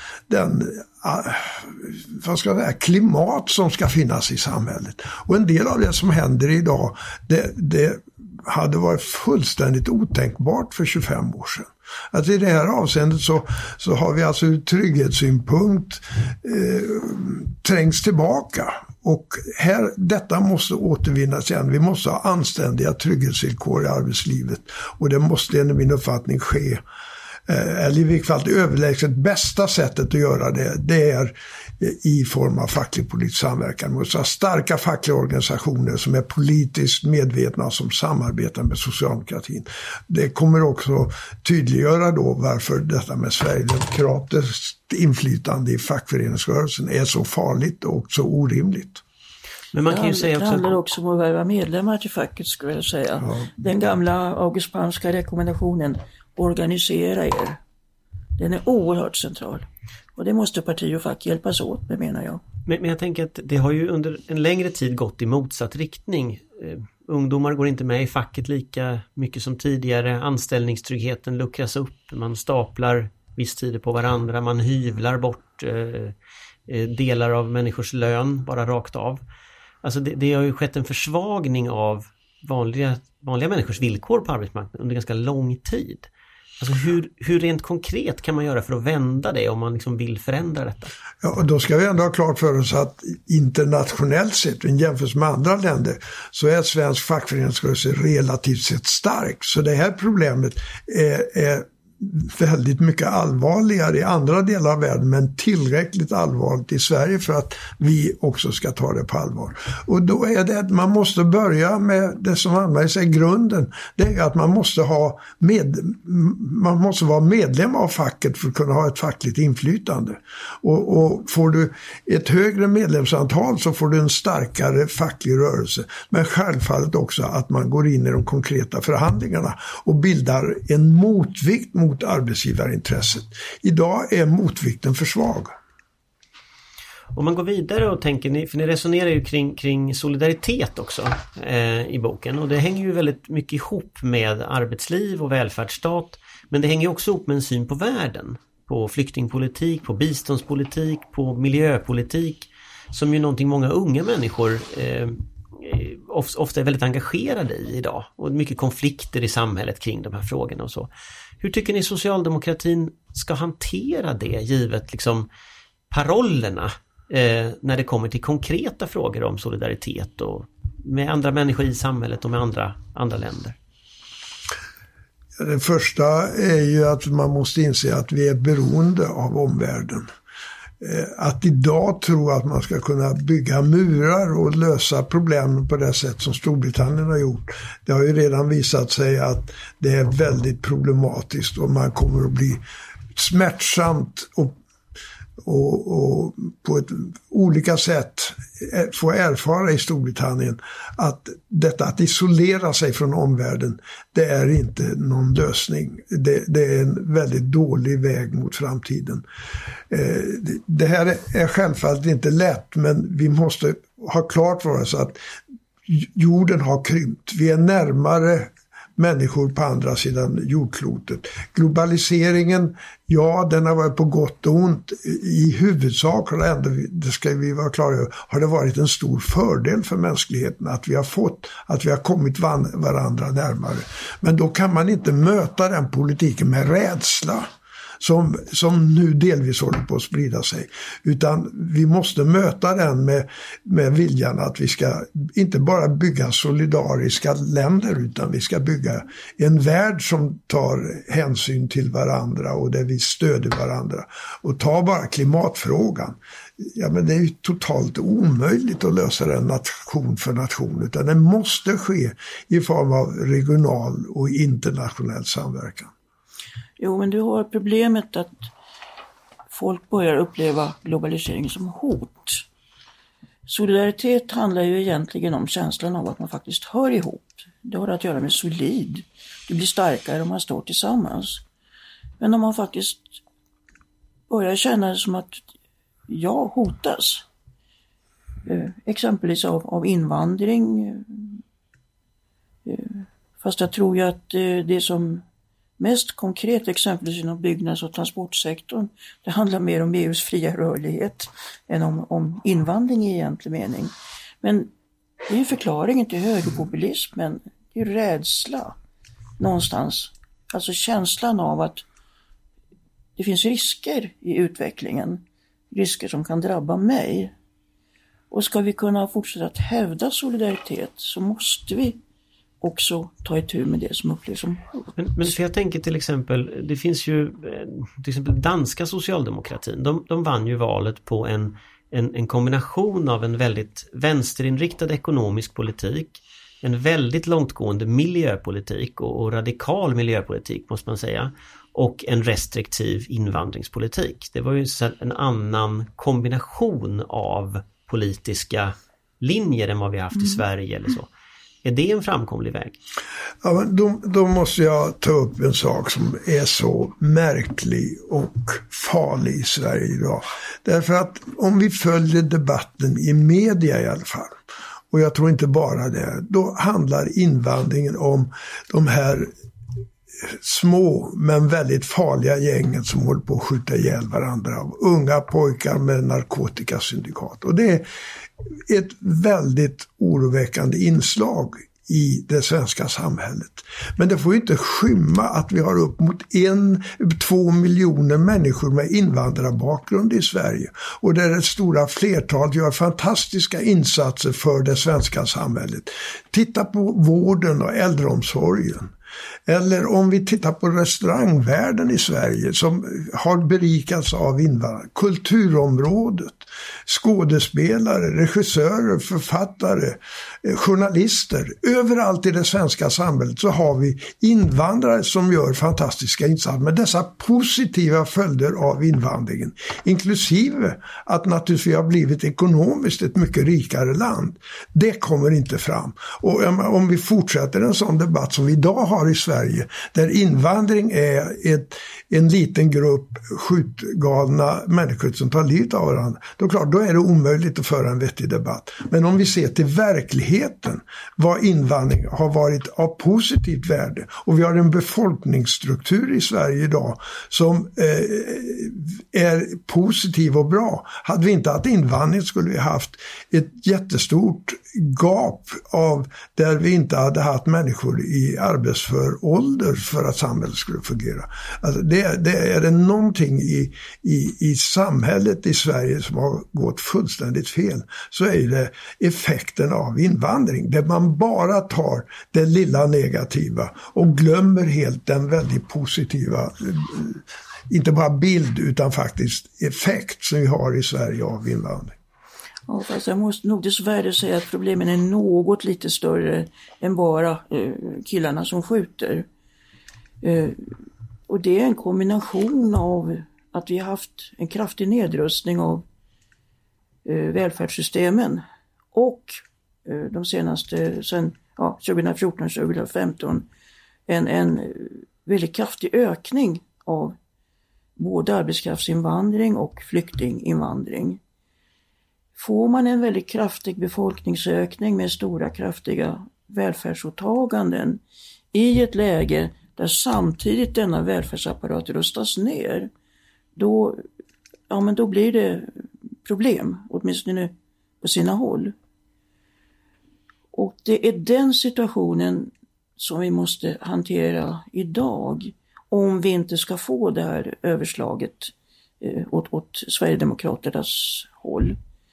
vad ska jag säga, klimat som ska finnas i samhället. Och en del av det som händer idag, det hade varit fullständigt otänkbart för 25 år sedan. Att i det här avseendet så har vi alltså ur trygghetssynpunkt trängs tillbaka. Och detta måste återvinnas igen. Vi måste ha anständiga trygghetsvillkor i arbetslivet. Och det måste enligt min uppfattning ske. Eller i vilket fall det överlägset bästa sättet att göra det är i form av facklig politisk samverkan. Vi måste ha starka fackliga organisationer som är politiskt medvetna och som samarbetar med socialdemokratin. Det kommer också tydliggöra då varför detta med Sverigedemokratiskt inflytande i fackföreningsrörelsen är så farligt och så orimligt. Men man kan ju säga också... Det handlar också om att vara medlemmar till facket, skulle jag säga. Ja. Den gamla August Palmska rekommendationen, organisera er. Den är oerhört central. Och det måste parti och fack hjälpas åt med, menar jag. Men jag tänker att det har ju under en längre tid gått i motsatt riktning. Ungdomar går inte med i facket lika mycket som tidigare. Anställningstryggheten luckras upp. Man staplar visstider på varandra. Man hyvlar bort delar av människors lön bara rakt av. Alltså det har ju skett en försvagning av vanliga människors villkor på arbetsmarknaden under ganska lång tid. Alltså hur rent konkret kan man göra för att vända det om man liksom vill förändra detta? Ja, och då ska vi ändå ha klart för oss att internationellt sett, i jämförelse med andra länder, så är svensk fackföreningsrörelse relativt sett stark. Så det här problemet är väldigt mycket allvarligare i andra delar av världen, men tillräckligt allvarligt i Sverige för att vi också ska ta det på allvar. Och då är det att man måste börja med det som använder sig grunden. Det är att man måste vara medlem av facket för att kunna ha ett fackligt inflytande. Och får du ett högre medlemsantal så får du en starkare facklig rörelse. Men självfallet också att man går in i de konkreta förhandlingarna och bildar en motvikt mot arbetsgivarintresset. Idag är motvikten för svag. Om man går vidare och tänker, för ni resonerar ju kring solidaritet också i boken, och det hänger ju väldigt mycket ihop med arbetsliv och välfärdsstat, men det hänger också ihop med en syn på världen, på flyktingpolitik, på biståndspolitik, på miljöpolitik, som ju någonting många unga människor ofta är väldigt engagerade i idag, och mycket konflikter i samhället kring de här frågorna och så. Hur tycker ni socialdemokratin ska hantera det, givet liksom parollerna när det kommer till konkreta frågor om solidaritet och med andra människor i samhället och med andra länder? Det första är ju att man måste inse att vi är beroende av omvärlden. Att idag tro att man ska kunna bygga murar och lösa problemen på det sätt som Storbritannien har gjort, det har ju redan visat sig att det är väldigt problematiskt, och man kommer att bli smärtsamt och på ett olika sätt få erfara i Storbritannien att detta att isolera sig från omvärlden, det är inte någon lösning. Det är en väldigt dålig väg mot framtiden. Det här är självfallet inte lätt, men vi måste ha klart för oss att jorden har krympt. Vi är närmare människor på andra sidan jordklotet. Globaliseringen, ja, den har varit på gott och ont. I huvudsak, det ska vi vara klara över, har det varit en stor fördel för mänskligheten att vi har kommit varandra närmare. Men då kan man inte möta den politiken med rädsla som nu delvis håller på att sprida sig. Utan vi måste möta den med viljan att vi ska inte bara bygga solidariska länder, utan vi ska bygga en värld som tar hänsyn till varandra och där vi stöder varandra. Och ta bara klimatfrågan. Ja, men det är ju totalt omöjligt att lösa den nation för nation, utan det måste ske i form av regional och internationell samverkan. Jo, men du har problemet att folk börjar uppleva globalisering som hot. Solidaritet handlar ju egentligen om känslan av att man faktiskt hör ihop. Det har att göra med solid. Det blir starkare om man står tillsammans. Men om man faktiskt börjar känna det som att jag hotas, exempelvis av invandring, fast jag tror ju att det som mest konkret, exempelvis inom byggnads- och transportsektorn, det handlar mer om EUs fria rörlighet än om invandring i egentlig mening. Men det är en förklaring till högerpopulismen, det är rädsla någonstans. Alltså känslan av att det finns risker i utvecklingen, risker som kan drabba mig. Och ska vi kunna fortsätta att hävda solidaritet så måste vi också ta itu med det som upplevs som hot. Men för jag tänker till exempel, det finns ju till exempel danska socialdemokratin, de vann ju valet på en kombination av en väldigt vänsterinriktad ekonomisk politik, en väldigt långtgående miljöpolitik och radikal miljöpolitik måste man säga, och en restriktiv invandringspolitik. Det var ju en annan kombination av politiska linjer än vad vi har haft i Sverige eller så. Är det en framkomlig väg? Ja, men då måste jag ta upp en sak som är så märklig och farlig i Sverige idag. Därför att om vi följer debatten i media i alla fall, och jag tror inte bara det, då handlar invandringen om de här små men väldigt farliga gängen som håller på att skjuta ihjäl varandra, av unga pojkar med narkotikasyndikat. Och det är ett väldigt oroväckande inslag i det svenska samhället. Men det får ju inte skymma att vi har upp mot 2 miljoner människor med invandrarbakgrund i Sverige. Och där det stora flertalet gör fantastiska insatser för det svenska samhället. Titta på vården och äldreomsorgen. Eller om vi tittar på restaurangvärlden i Sverige som har berikats av invandrare, kulturområdet, skådespelare, regissörer, författare, journalister. Överallt i det svenska samhället så har vi invandrare som gör fantastiska insatser med dessa positiva följder av invandringen. Inklusive att naturligtvis vi har blivit ekonomiskt ett mycket rikare land. Det kommer inte fram. Och om vi fortsätter en sån debatt som vi idag har har i Sverige, där invandring är en liten grupp skjutgalna människor som tar livet av varandra, då är det omöjligt att föra en vettig debatt. Men om vi ser till verkligheten, vad invandring har varit av positivt värde, och vi har en befolkningsstruktur i Sverige idag som är positiv och bra. Hade vi inte haft invandring skulle vi haft ett jättestort gap av där vi inte hade haft människor i arbetsför ålder för att samhället skulle fungera. Alltså det är det någonting i samhället i Sverige som har gått fullständigt fel, så är det effekten av invandring, där man bara tar det lilla negativa och glömmer helt den väldigt positiva, inte bara bild utan faktiskt effekt som vi har i Sverige av invandring. Ja, fast jag måste nog dessvärre säga att problemen är något lite större än bara killarna som skjuter. Och det är en kombination av att vi har haft en kraftig nedrustning av välfärdssystemen och de senaste, sen 2014-2015, en väldigt kraftig ökning av både arbetskraftsinvandring och flyktinginvandring. Får man en väldigt kraftig befolkningsökning med stora kraftiga välfärdsåtaganden i ett läge där samtidigt denna välfärdsapparat rustas ner, då blir det problem, åtminstone på sina håll. Och det är den situationen som vi måste hantera idag om vi inte ska få det här överslaget åt Sverigedemokraternas håll.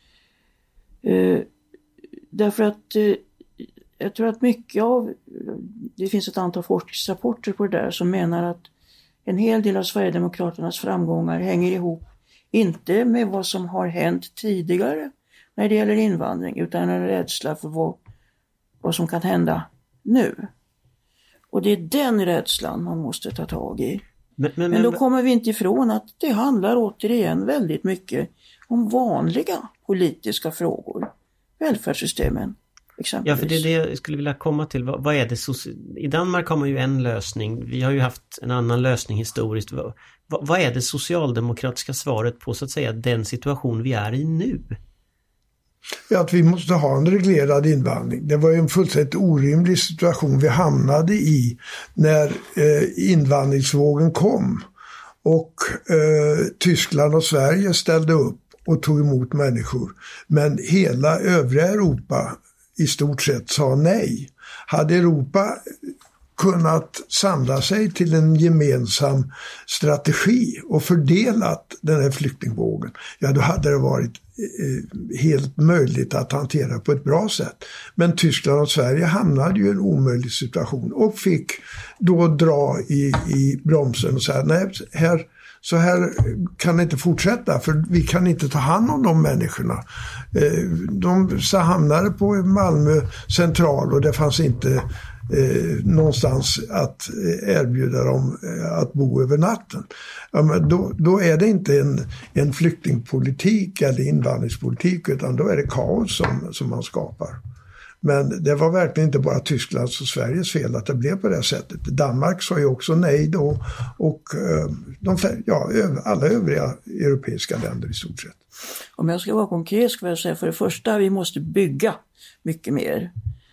Därför att jag tror att det finns ett antal forskningsrapporter på det där som menar att en hel del av Sverigedemokraternas framgångar hänger ihop inte med vad som har hänt tidigare när det gäller invandring, utan en rädsla för vad som kan hända nu. Och det är den rädslan man måste ta tag i. Men då kommer vi inte ifrån att det handlar återigen väldigt mycket om vanliga politiska frågor. Välfärdssystemen exempelvis. Ja, för det är det jag skulle vilja komma till. Vad är det I Danmark har man ju en lösning. Vi har ju haft en annan lösning historiskt. Vad är det socialdemokratiska svaret på, så att säga, den situation vi är i nu? Ja, att vi måste ha en reglerad invandring. Det var ju en fullständigt orimlig situation vi hamnade i när invandringsvågen kom. Och Tyskland och Sverige ställde upp och tog emot människor. Men hela övriga Europa i stort sett sa nej. Hade Europa kunnat samla sig till en gemensam strategi och fördelat den här flyktingvågen, ja, då hade det varit helt möjligt att hantera på ett bra sätt. Men Tyskland och Sverige hamnade ju i en omöjlig situation och fick då dra i bromsen och säga nej, så här kan det inte fortsätta, för vi kan inte ta hand om de människorna. De hamnade på Malmö central och det fanns inte någonstans att erbjuda dem att bo över natten. Ja, men då är det inte en flyktingpolitik eller invandringspolitik, utan då är det kaos som man skapar. Men det var verkligen inte bara Tysklands och Sveriges fel att det blev på det sättet. Danmark sa ju också nej då, och alla övriga europeiska länder i stort sett. Om jag ska vara konkret ska jag säga, för det första, vi måste bygga mycket mer.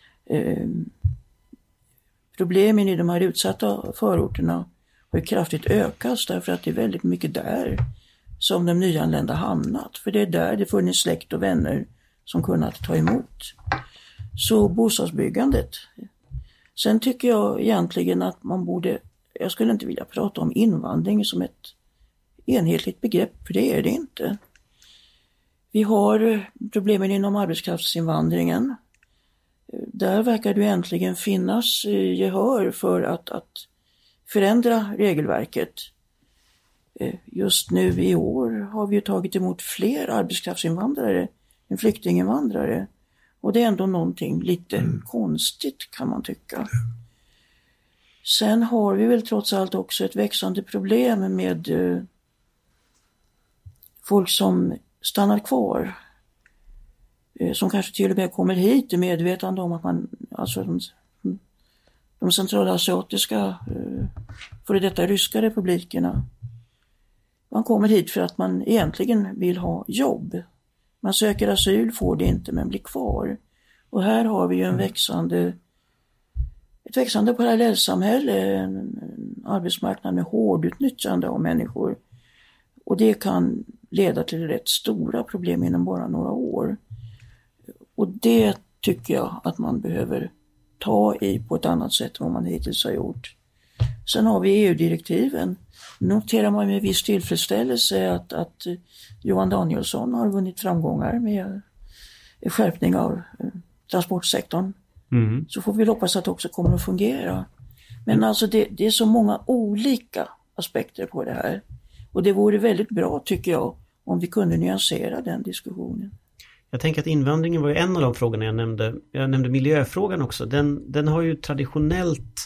Problemen i de här utsatta förorterna har ju kraftigt ökats därför att det är väldigt mycket där som de nyanlända hamnat. För det är där det funnits släkt och vänner som kunnat ta emot. Så bostadsbyggandet. Sen tycker jag egentligen att jag skulle inte vilja prata om invandring som ett enhetligt begrepp, för det är det inte. Vi har problemen inom arbetskraftsinvandringen. Där verkar det äntligen finnas gehör för att förändra regelverket. Just nu i år har vi ju tagit emot fler arbetskraftsinvandrare än flyktinginvandrare. Och det är ändå någonting lite konstigt, kan man tycka. Sen har vi väl trots allt också ett växande problem med folk som stannar kvar. Som kanske till och med kommer hit i medvetande om att de centralasiatiska, före detta ryska republikerna. Man kommer hit för att man egentligen vill ha jobb. Man söker asyl, får det inte, men blir kvar. Och här har vi ju ett växande parallellsamhälle, en arbetsmarknad med hårdutnyttjande av människor. Och det kan leda till rätt stora problem inom bara några år. Och det tycker jag att man behöver ta i på ett annat sätt än vad man hittills har gjort. Sen har vi EU-direktiven. Noterar man med viss tillfredsställelse att Johan Danielsson har vunnit framgångar med skärpning av transportsektorn. Så får vi hoppas att det också kommer att fungera. Men alltså det är så många olika aspekter på det här. Och det vore väldigt bra, tycker jag, om vi kunde nyansera den diskussionen. Jag tänker att invandringen var ju en av de frågorna jag nämnde. Jag nämnde miljöfrågan också. Den har ju traditionellt,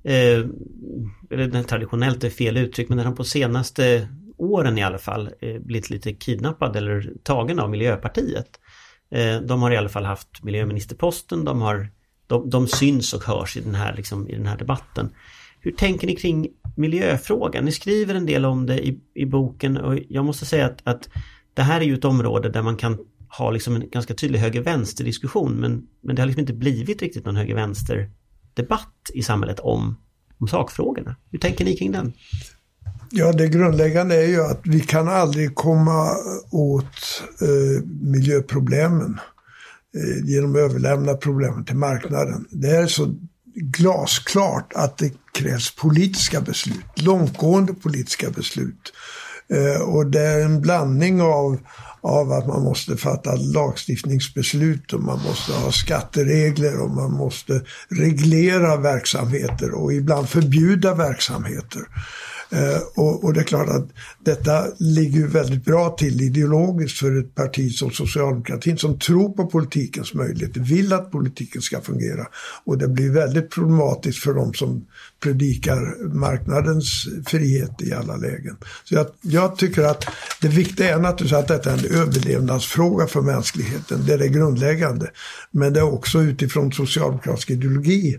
eller traditionellt är fel uttryck, men den har på senaste åren i alla fall blivit lite kidnappad eller tagen av Miljöpartiet. De har i alla fall haft miljöministerposten, de syns och hörs i den här debatten. Hur tänker ni kring miljöfrågan? Ni skriver en del om det i boken, och jag måste säga att det här är ju ett område där man kan ha liksom en ganska tydlig höger-vänster-diskussion, men det har liksom inte blivit riktigt någon höger-vänster-debatt i samhället om sakfrågorna. Hur tänker ni kring den? Ja, det grundläggande är ju att vi kan aldrig komma åt miljöproblemen genom att överlämna problemen till marknaden. Det är så glasklart att det krävs politiska beslut, långtgående politiska beslut. Och det är en blandning av att man måste fatta lagstiftningsbeslut och man måste ha skatteregler och man måste reglera verksamheter och ibland förbjuda verksamheter. Och det är klart att detta ligger väldigt bra till ideologiskt för ett parti som socialdemokratin som tror på politikens möjligheter, vill att politiken ska fungera. Och det blir väldigt problematiskt för de som predikar marknadens frihet i alla lägen. Så jag tycker att det viktiga är naturligtvis att detta är en överlevnadsfråga för mänskligheten. Det är det grundläggande. Men det är också utifrån socialdemokratisk ideologi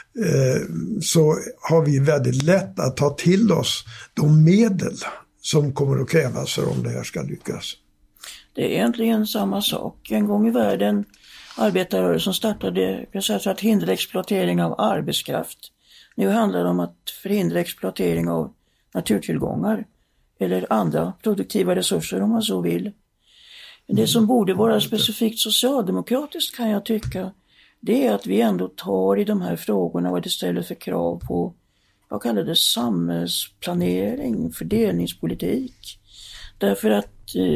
så har vi väldigt lätt att ta till oss de medel som kommer att krävas för om det här ska lyckas. Det är egentligen samma sak. En gång i världen arbetarrörelsen startade för att hindra exploatering av arbetskraft. Nu handlar det om att förhindra exploatering av naturtillgångar eller andra produktiva resurser om man så vill. Det som borde vara specifikt socialdemokratiskt, kan jag tycka, det är att vi ändå tar i de här frågorna och det ställer för krav på, vad kallar det, samhällsplanering, fördelningspolitik. Därför att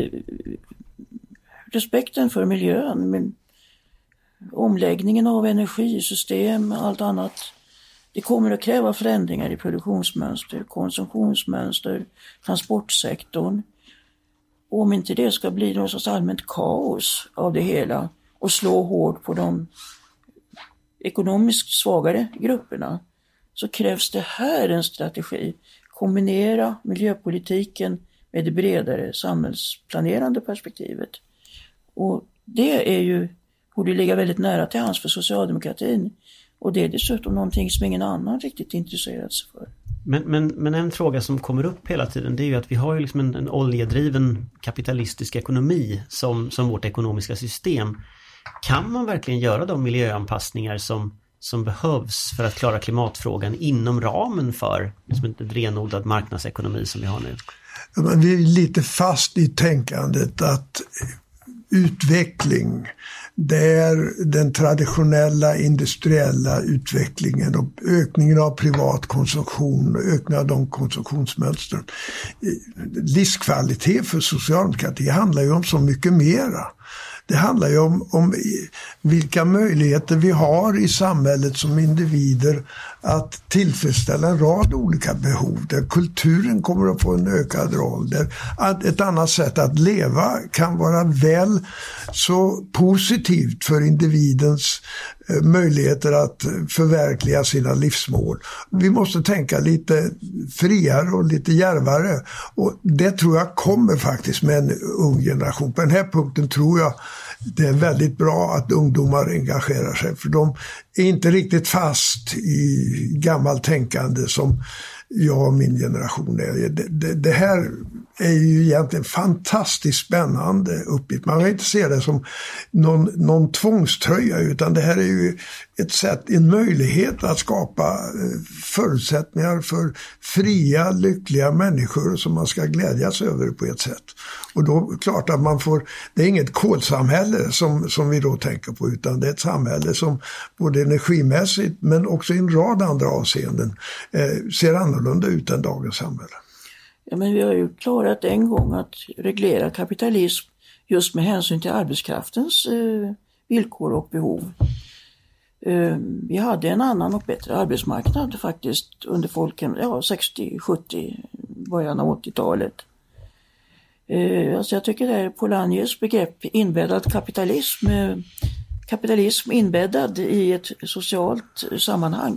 respekten för miljön, men omläggningen av energisystem och allt annat, det kommer att kräva förändringar i produktionsmönster, konsumtionsmönster, transportsektorn. Och om inte det ska bli något sorts allmänt kaos av det hela och slå hårt på de ekonomiskt svagare grupperna, så krävs det här en strategi. Kombinera miljöpolitiken med det bredare samhällsplanerande perspektivet. Och det är ju, borde ligga väldigt nära till hands för socialdemokratin. Och det är dessutom någonting som ingen annan riktigt intresserat sig för. Men en fråga som kommer upp hela tiden, det är ju att vi har ju liksom en oljedriven kapitalistisk ekonomi som vårt ekonomiska system. Kan man verkligen göra de miljöanpassningar som behövs för att klara klimatfrågan inom ramen för liksom en renodlad marknadsekonomi som vi har nu? Ja, men vi är lite fast i tänkandet att utveckling, det är den traditionella industriella utvecklingen och ökningen av privat konsumtion och ökningen av de konsumtionsmönstren. Livskvalitet för socialdemokrati handlar ju om så mycket mera. Det handlar ju om vilka möjligheter vi har i samhället som individer att tillfredsställa en rad olika behov. Där kulturen kommer att få en ökad roll. Där ett annat sätt att leva kan vara väl så positivt för individens möjligheter att förverkliga sina livsmål. Vi måste tänka lite friare och lite djärvare. Och det tror jag kommer faktiskt med en ung generation. På den här punkten tror jag det är väldigt bra att ungdomar engagerar sig, för de är inte riktigt fast i gammalt tänkande som jag och min generation är. Det här är ju egentligen fantastiskt spännande uppgift. Man kan inte se det som någon tvångströja, utan det här är ju ett sätt, en möjlighet att skapa förutsättningar för fria, lyckliga människor som man ska glädjas över på ett sätt. Och då klart att man får, det är inget kodsamhälle som vi då tänker på, utan det är ett samhälle som både energimässigt men också i en rad andra avseenden ser annorlunda ut än dagens samhälle. Ja, men vi har ju klarat en gång att reglera kapitalism just med hänsyn till arbetskraftens villkor och behov. Vi hade en annan och bättre arbetsmarknad faktiskt under 60, 70, början av 80-talet. Alltså jag tycker det är Polanyi's begrepp inbäddad kapitalism inbäddad i ett socialt sammanhang.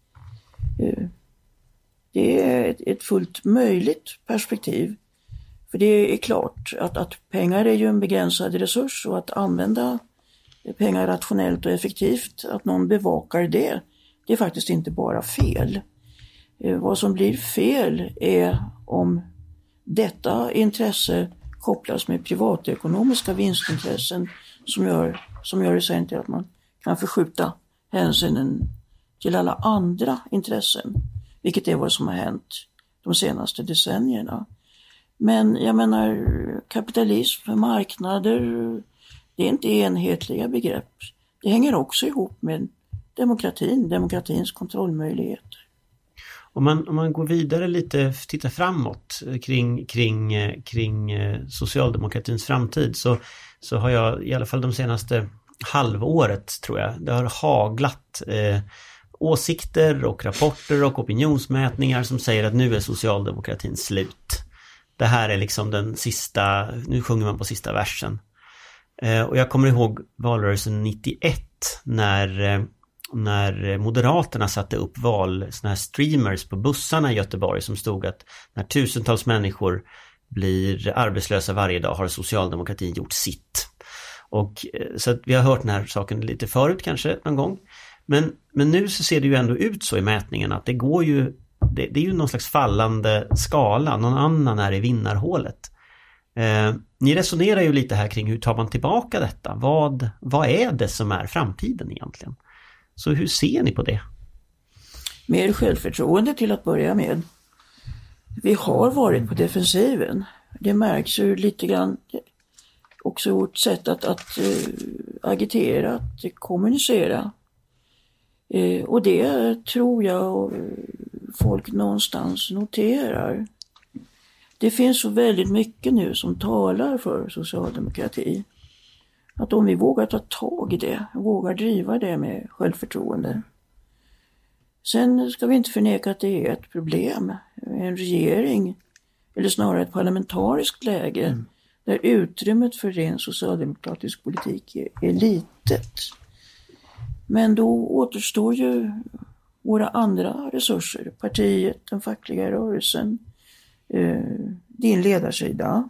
Det är ett fullt möjligt perspektiv. För det är klart att pengar är ju en begränsad resurs, och att använda pengar rationellt och effektivt, att någon bevakar det är faktiskt inte bara fel. Vad som blir fel är om detta intresse kopplas med privatekonomiska vinstintressen som gör det sen till att man kan förskjuta hänsynen till alla andra intressen. Vilket är vad som har hänt de senaste decennierna. Men jag menar, kapitalism, marknader, det är inte enhetliga begrepp. Det hänger också ihop med demokratins kontrollmöjligheter. Om man går vidare lite, tittar framåt kring socialdemokratins framtid, så har jag i alla fall de senaste halvåret, tror jag, det har haglat åsikter och rapporter och opinionsmätningar som säger att nu är socialdemokratin slut. Det här är liksom den sista, nu sjunger man på sista versen. Och jag kommer ihåg valrörelsen 91 när Moderaterna satte upp såna här streamers på bussarna i Göteborg som stod att när tusentals människor blir arbetslösa varje dag har socialdemokratin gjort sitt. Och så att vi har hört den här saken lite förut kanske någon gång. Men nu så ser det ju ändå ut så i mätningen att det går ju, det är ju någon slags fallande skala, någon annan är i vinnarhålet. Ni resonerar ju lite här kring hur tar man tillbaka detta? Vad är det som är framtiden egentligen? Så hur ser ni på det? Mer självförtroende till att börja med. Vi har varit på defensiven. Det märks ju lite grann också vårt sätt att agitera, att kommunicera. Och det tror jag folk någonstans noterar. Det finns så väldigt mycket nu som talar för socialdemokrati. Att om vi vågar ta tag i det, vågar driva det med självförtroende. Sen ska vi inte förneka att det är ett problem. En regering, eller snarare ett parlamentariskt läge, där utrymmet för ren socialdemokratisk politik är litet. Men då återstår ju våra andra resurser, partiet, den fackliga rörelsen, din ledarsida,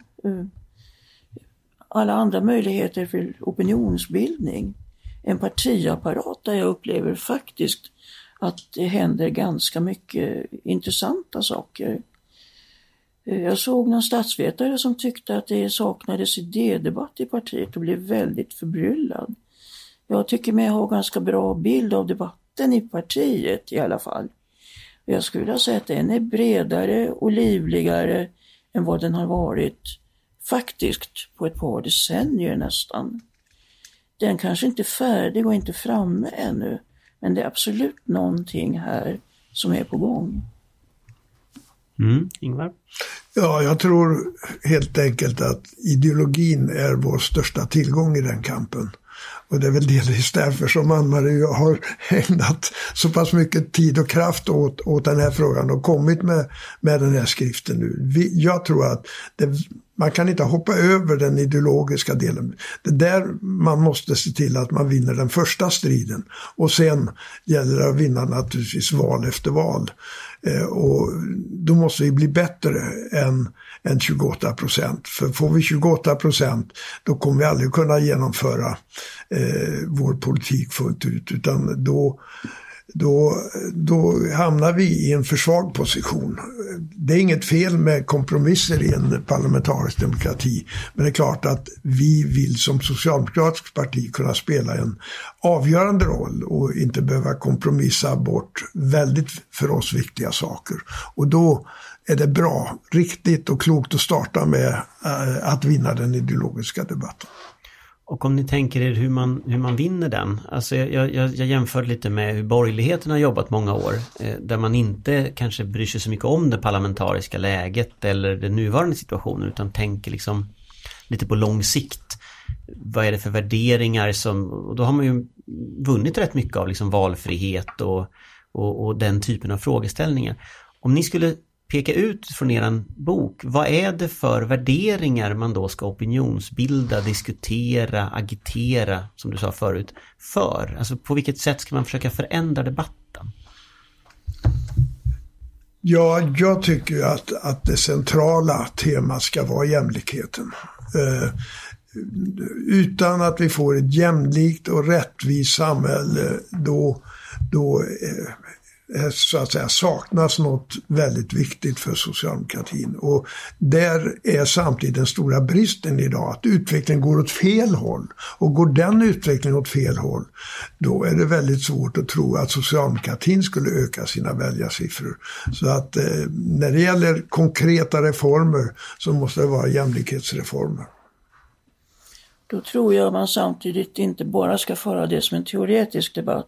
alla andra möjligheter för opinionsbildning. En partiapparat där jag upplever faktiskt att det händer ganska mycket intressanta saker. Jag såg någon statsvetare som tyckte att det saknades idédebatt i partiet och blev väldigt förbryllad. Jag tycker mig ha ganska bra bild av debatten i partiet i alla fall. Jag skulle vilja säga att den är bredare och livligare än vad den har varit faktiskt på ett par decennier nästan. Den kanske inte är färdig och inte framme ännu, men det är absolut någonting här som är på gång. Ingvar? Ja, jag tror helt enkelt att ideologin är vår största tillgång i den kampen. Och det är väl delvis därför som Ann-Marie har ägnat så pass mycket tid och kraft åt den här frågan och kommit med den här skriften nu. Jag tror att Man kan inte hoppa över den ideologiska delen. Det är där man måste se till att man vinner den första striden. Och sen gäller det att vinna naturligtvis val efter val. Och då måste vi bli bättre än 28%. För får vi 28% då kommer vi aldrig kunna genomföra vår politik fullt ut. Utan då hamnar vi i en för svag position. Det är inget fel med kompromisser i en parlamentarisk demokrati. Men det är klart att vi vill som socialdemokratiskt parti kunna spela en avgörande roll och inte behöva kompromissa bort väldigt för oss viktiga saker. Och då är det bra, riktigt och klokt att starta med att vinna den ideologiska debatten. Och om ni tänker er hur man vinner den. Alltså jag jämför lite med hur borgerligheten har jobbat många år. Där man inte kanske bryr sig så mycket om det parlamentariska läget eller den nuvarande situationen. Utan tänker liksom lite på lång sikt. Vad är det för värderingar och då har man ju vunnit rätt mycket av liksom valfrihet och den typen av frågeställningar. Om ni skulle peka ut från er bok, vad är det för värderingar man då ska opinionsbilda, diskutera, agitera, som du sa förut, för? Alltså på vilket sätt ska man försöka förändra debatten? Ja, jag tycker att det centrala temat ska vara jämlikheten. Utan att vi får ett jämlikt och rättvist samhälle, då så att säga saknas något väldigt viktigt för socialdemokratin. Och där är samtidigt den stora bristen idag, att utvecklingen går åt fel håll. Och går den utvecklingen åt fel håll, då är det väldigt svårt att tro att socialdemokratin skulle öka sina väljarsiffror. Så att när det gäller konkreta reformer så måste det vara jämlikhetsreformer. Då tror jag man samtidigt inte bara ska föra det som en teoretisk debatt.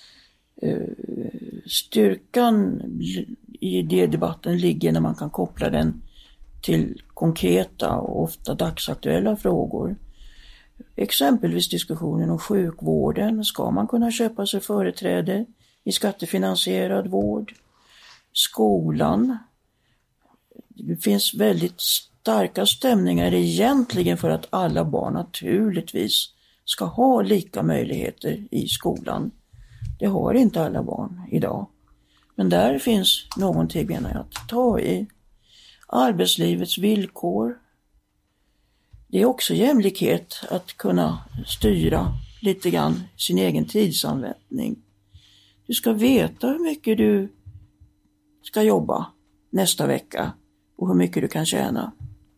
Styrkan i det debatten ligger när man kan koppla den till konkreta och ofta dagsaktuella frågor. Exempelvis diskussionen om sjukvården. Ska man kunna köpa sig företräde i skattefinansierad vård? Skolan. Det finns väldigt starka stämningar egentligen för att alla barn naturligtvis ska ha lika möjligheter i skolan. Det har inte alla barn idag. Men där finns någonting, menar jag, att ta i. Arbetslivets villkor. Det är också jämlikhet att kunna styra lite grann sin egen tidsanvändning. Du ska veta hur mycket du ska jobba nästa vecka och hur mycket du kan tjäna.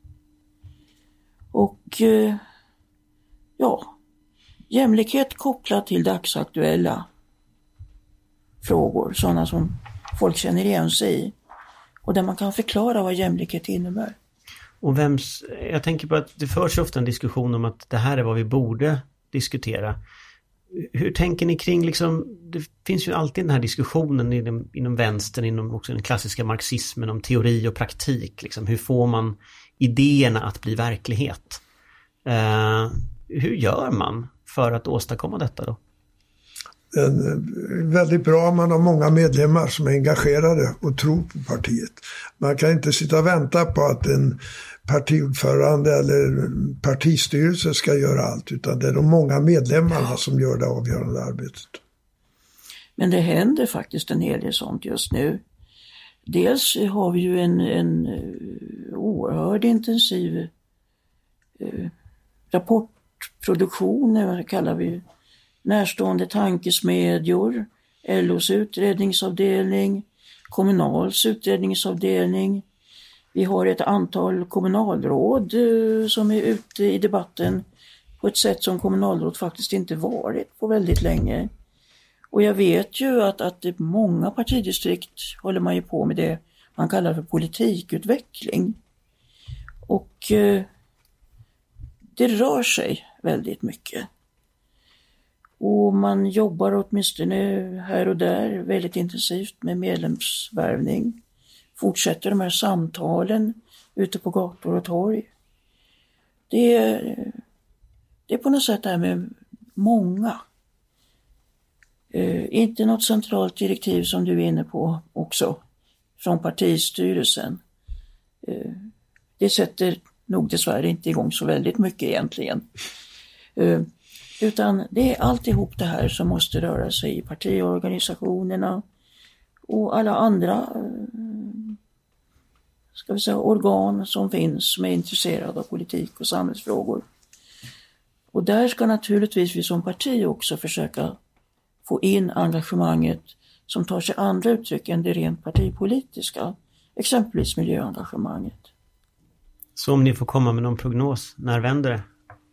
Och jämlikhet kopplat till dagsaktuella frågor, sådana som folk känner igen sig i och där man kan förklara vad jämlikhet innebär. Och jag tänker på att det förs ofta en diskussion om att det här är vad vi borde diskutera. Hur tänker ni kring det finns ju alltid den här diskussionen inom vänstern, inom också den klassiska marxismen om teori och praktik. Hur får man idéerna att bli verklighet? Hur gör man för att åstadkomma detta då? Väldigt bra, man har många medlemmar som är engagerade och tror på partiet. Man kan inte sitta och vänta på att en partiordförande eller partistyrelse ska göra allt, utan det är de många medlemmarna som gör det avgörande arbetet. Men det händer faktiskt en hel del sånt just nu. Dels har vi ju en oerhört intensiv rapportproduktion, vad kallar vi närstående tankesmedjor, LOs utredningsavdelning, Kommunals utredningsavdelning. Vi har ett antal kommunalråd som är ute i debatten på ett sätt som kommunalråd faktiskt inte varit på väldigt länge. Och jag vet ju att många partidistrikt håller man ju på med det man kallar för politikutveckling. Och det rör sig väldigt mycket. Och man jobbar åtminstone här och där väldigt intensivt med medlemsvärvning. Fortsätter de här samtalen ute på gator och torg. Det är på något sätt det här med många. Inte något centralt direktiv som du är inne på också från partistyrelsen. Det sätter nog dessvärre inte igång så väldigt mycket egentligen. Utan det är alltihop det här som måste röra sig i partiorganisationerna och alla andra organ som finns som är intresserade av politik och samhällsfrågor. Och där ska naturligtvis vi som parti också försöka få in engagemanget som tar sig andra uttryck än det rent partipolitiska, exempelvis miljöengagemanget. Så om ni får komma med någon prognos, när vänder det?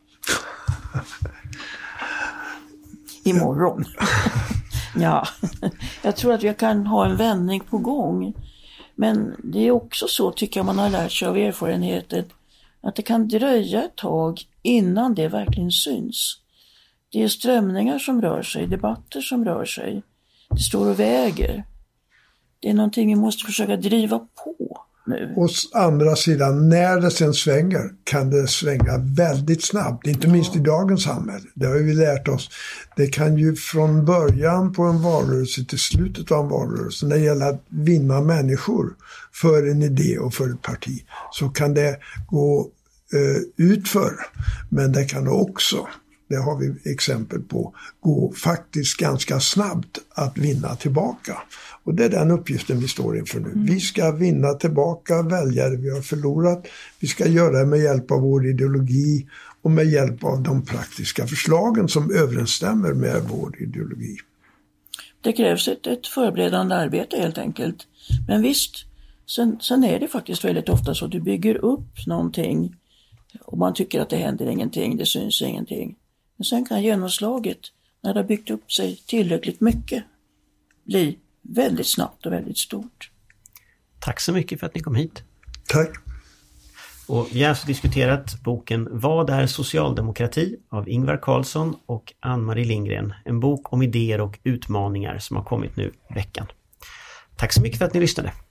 Imorgon. Ja, jag tror att vi kan ha en vändning på gång. Men det är också så, tycker jag man har lärt sig av erfarenheten, att det kan dröja ett tag innan det verkligen syns. Det är strömningar som rör sig, debatter som rör sig. Det står och väger. Det är någonting vi måste försöka driva på nu. Å andra sidan, när det sen svänger kan det svänga väldigt snabbt. Inte minst i dagens samhälle. Det har vi lärt oss. Det kan ju från början på en valrörelse till slutet av en valrörelse, när det gäller att vinna människor för en idé och för ett parti, så kan det gå utför. Men det kan också, det har vi exempel på, gå faktiskt ganska snabbt att vinna tillbaka. Och det är den uppgiften vi står inför nu. Vi ska vinna tillbaka väljare vi har förlorat. Vi ska göra det med hjälp av vår ideologi och med hjälp av de praktiska förslagen som överensstämmer med vår ideologi. Det krävs ett förberedande arbete helt enkelt. Men visst, sen är det faktiskt väldigt ofta så att du bygger upp någonting och man tycker att det händer ingenting, det syns ingenting. Men sen kan genomslaget, när det har byggt upp sig tillräckligt mycket, bli väldigt snabbt och väldigt stort. Tack så mycket för att ni kom hit. Tack. Och vi har alltså diskuterat boken Vad är socialdemokrati? Av Ingvar Carlsson och Ann-Marie Lindgren. En bok om idéer och utmaningar som har kommit nu i veckan. Tack så mycket för att ni lyssnade.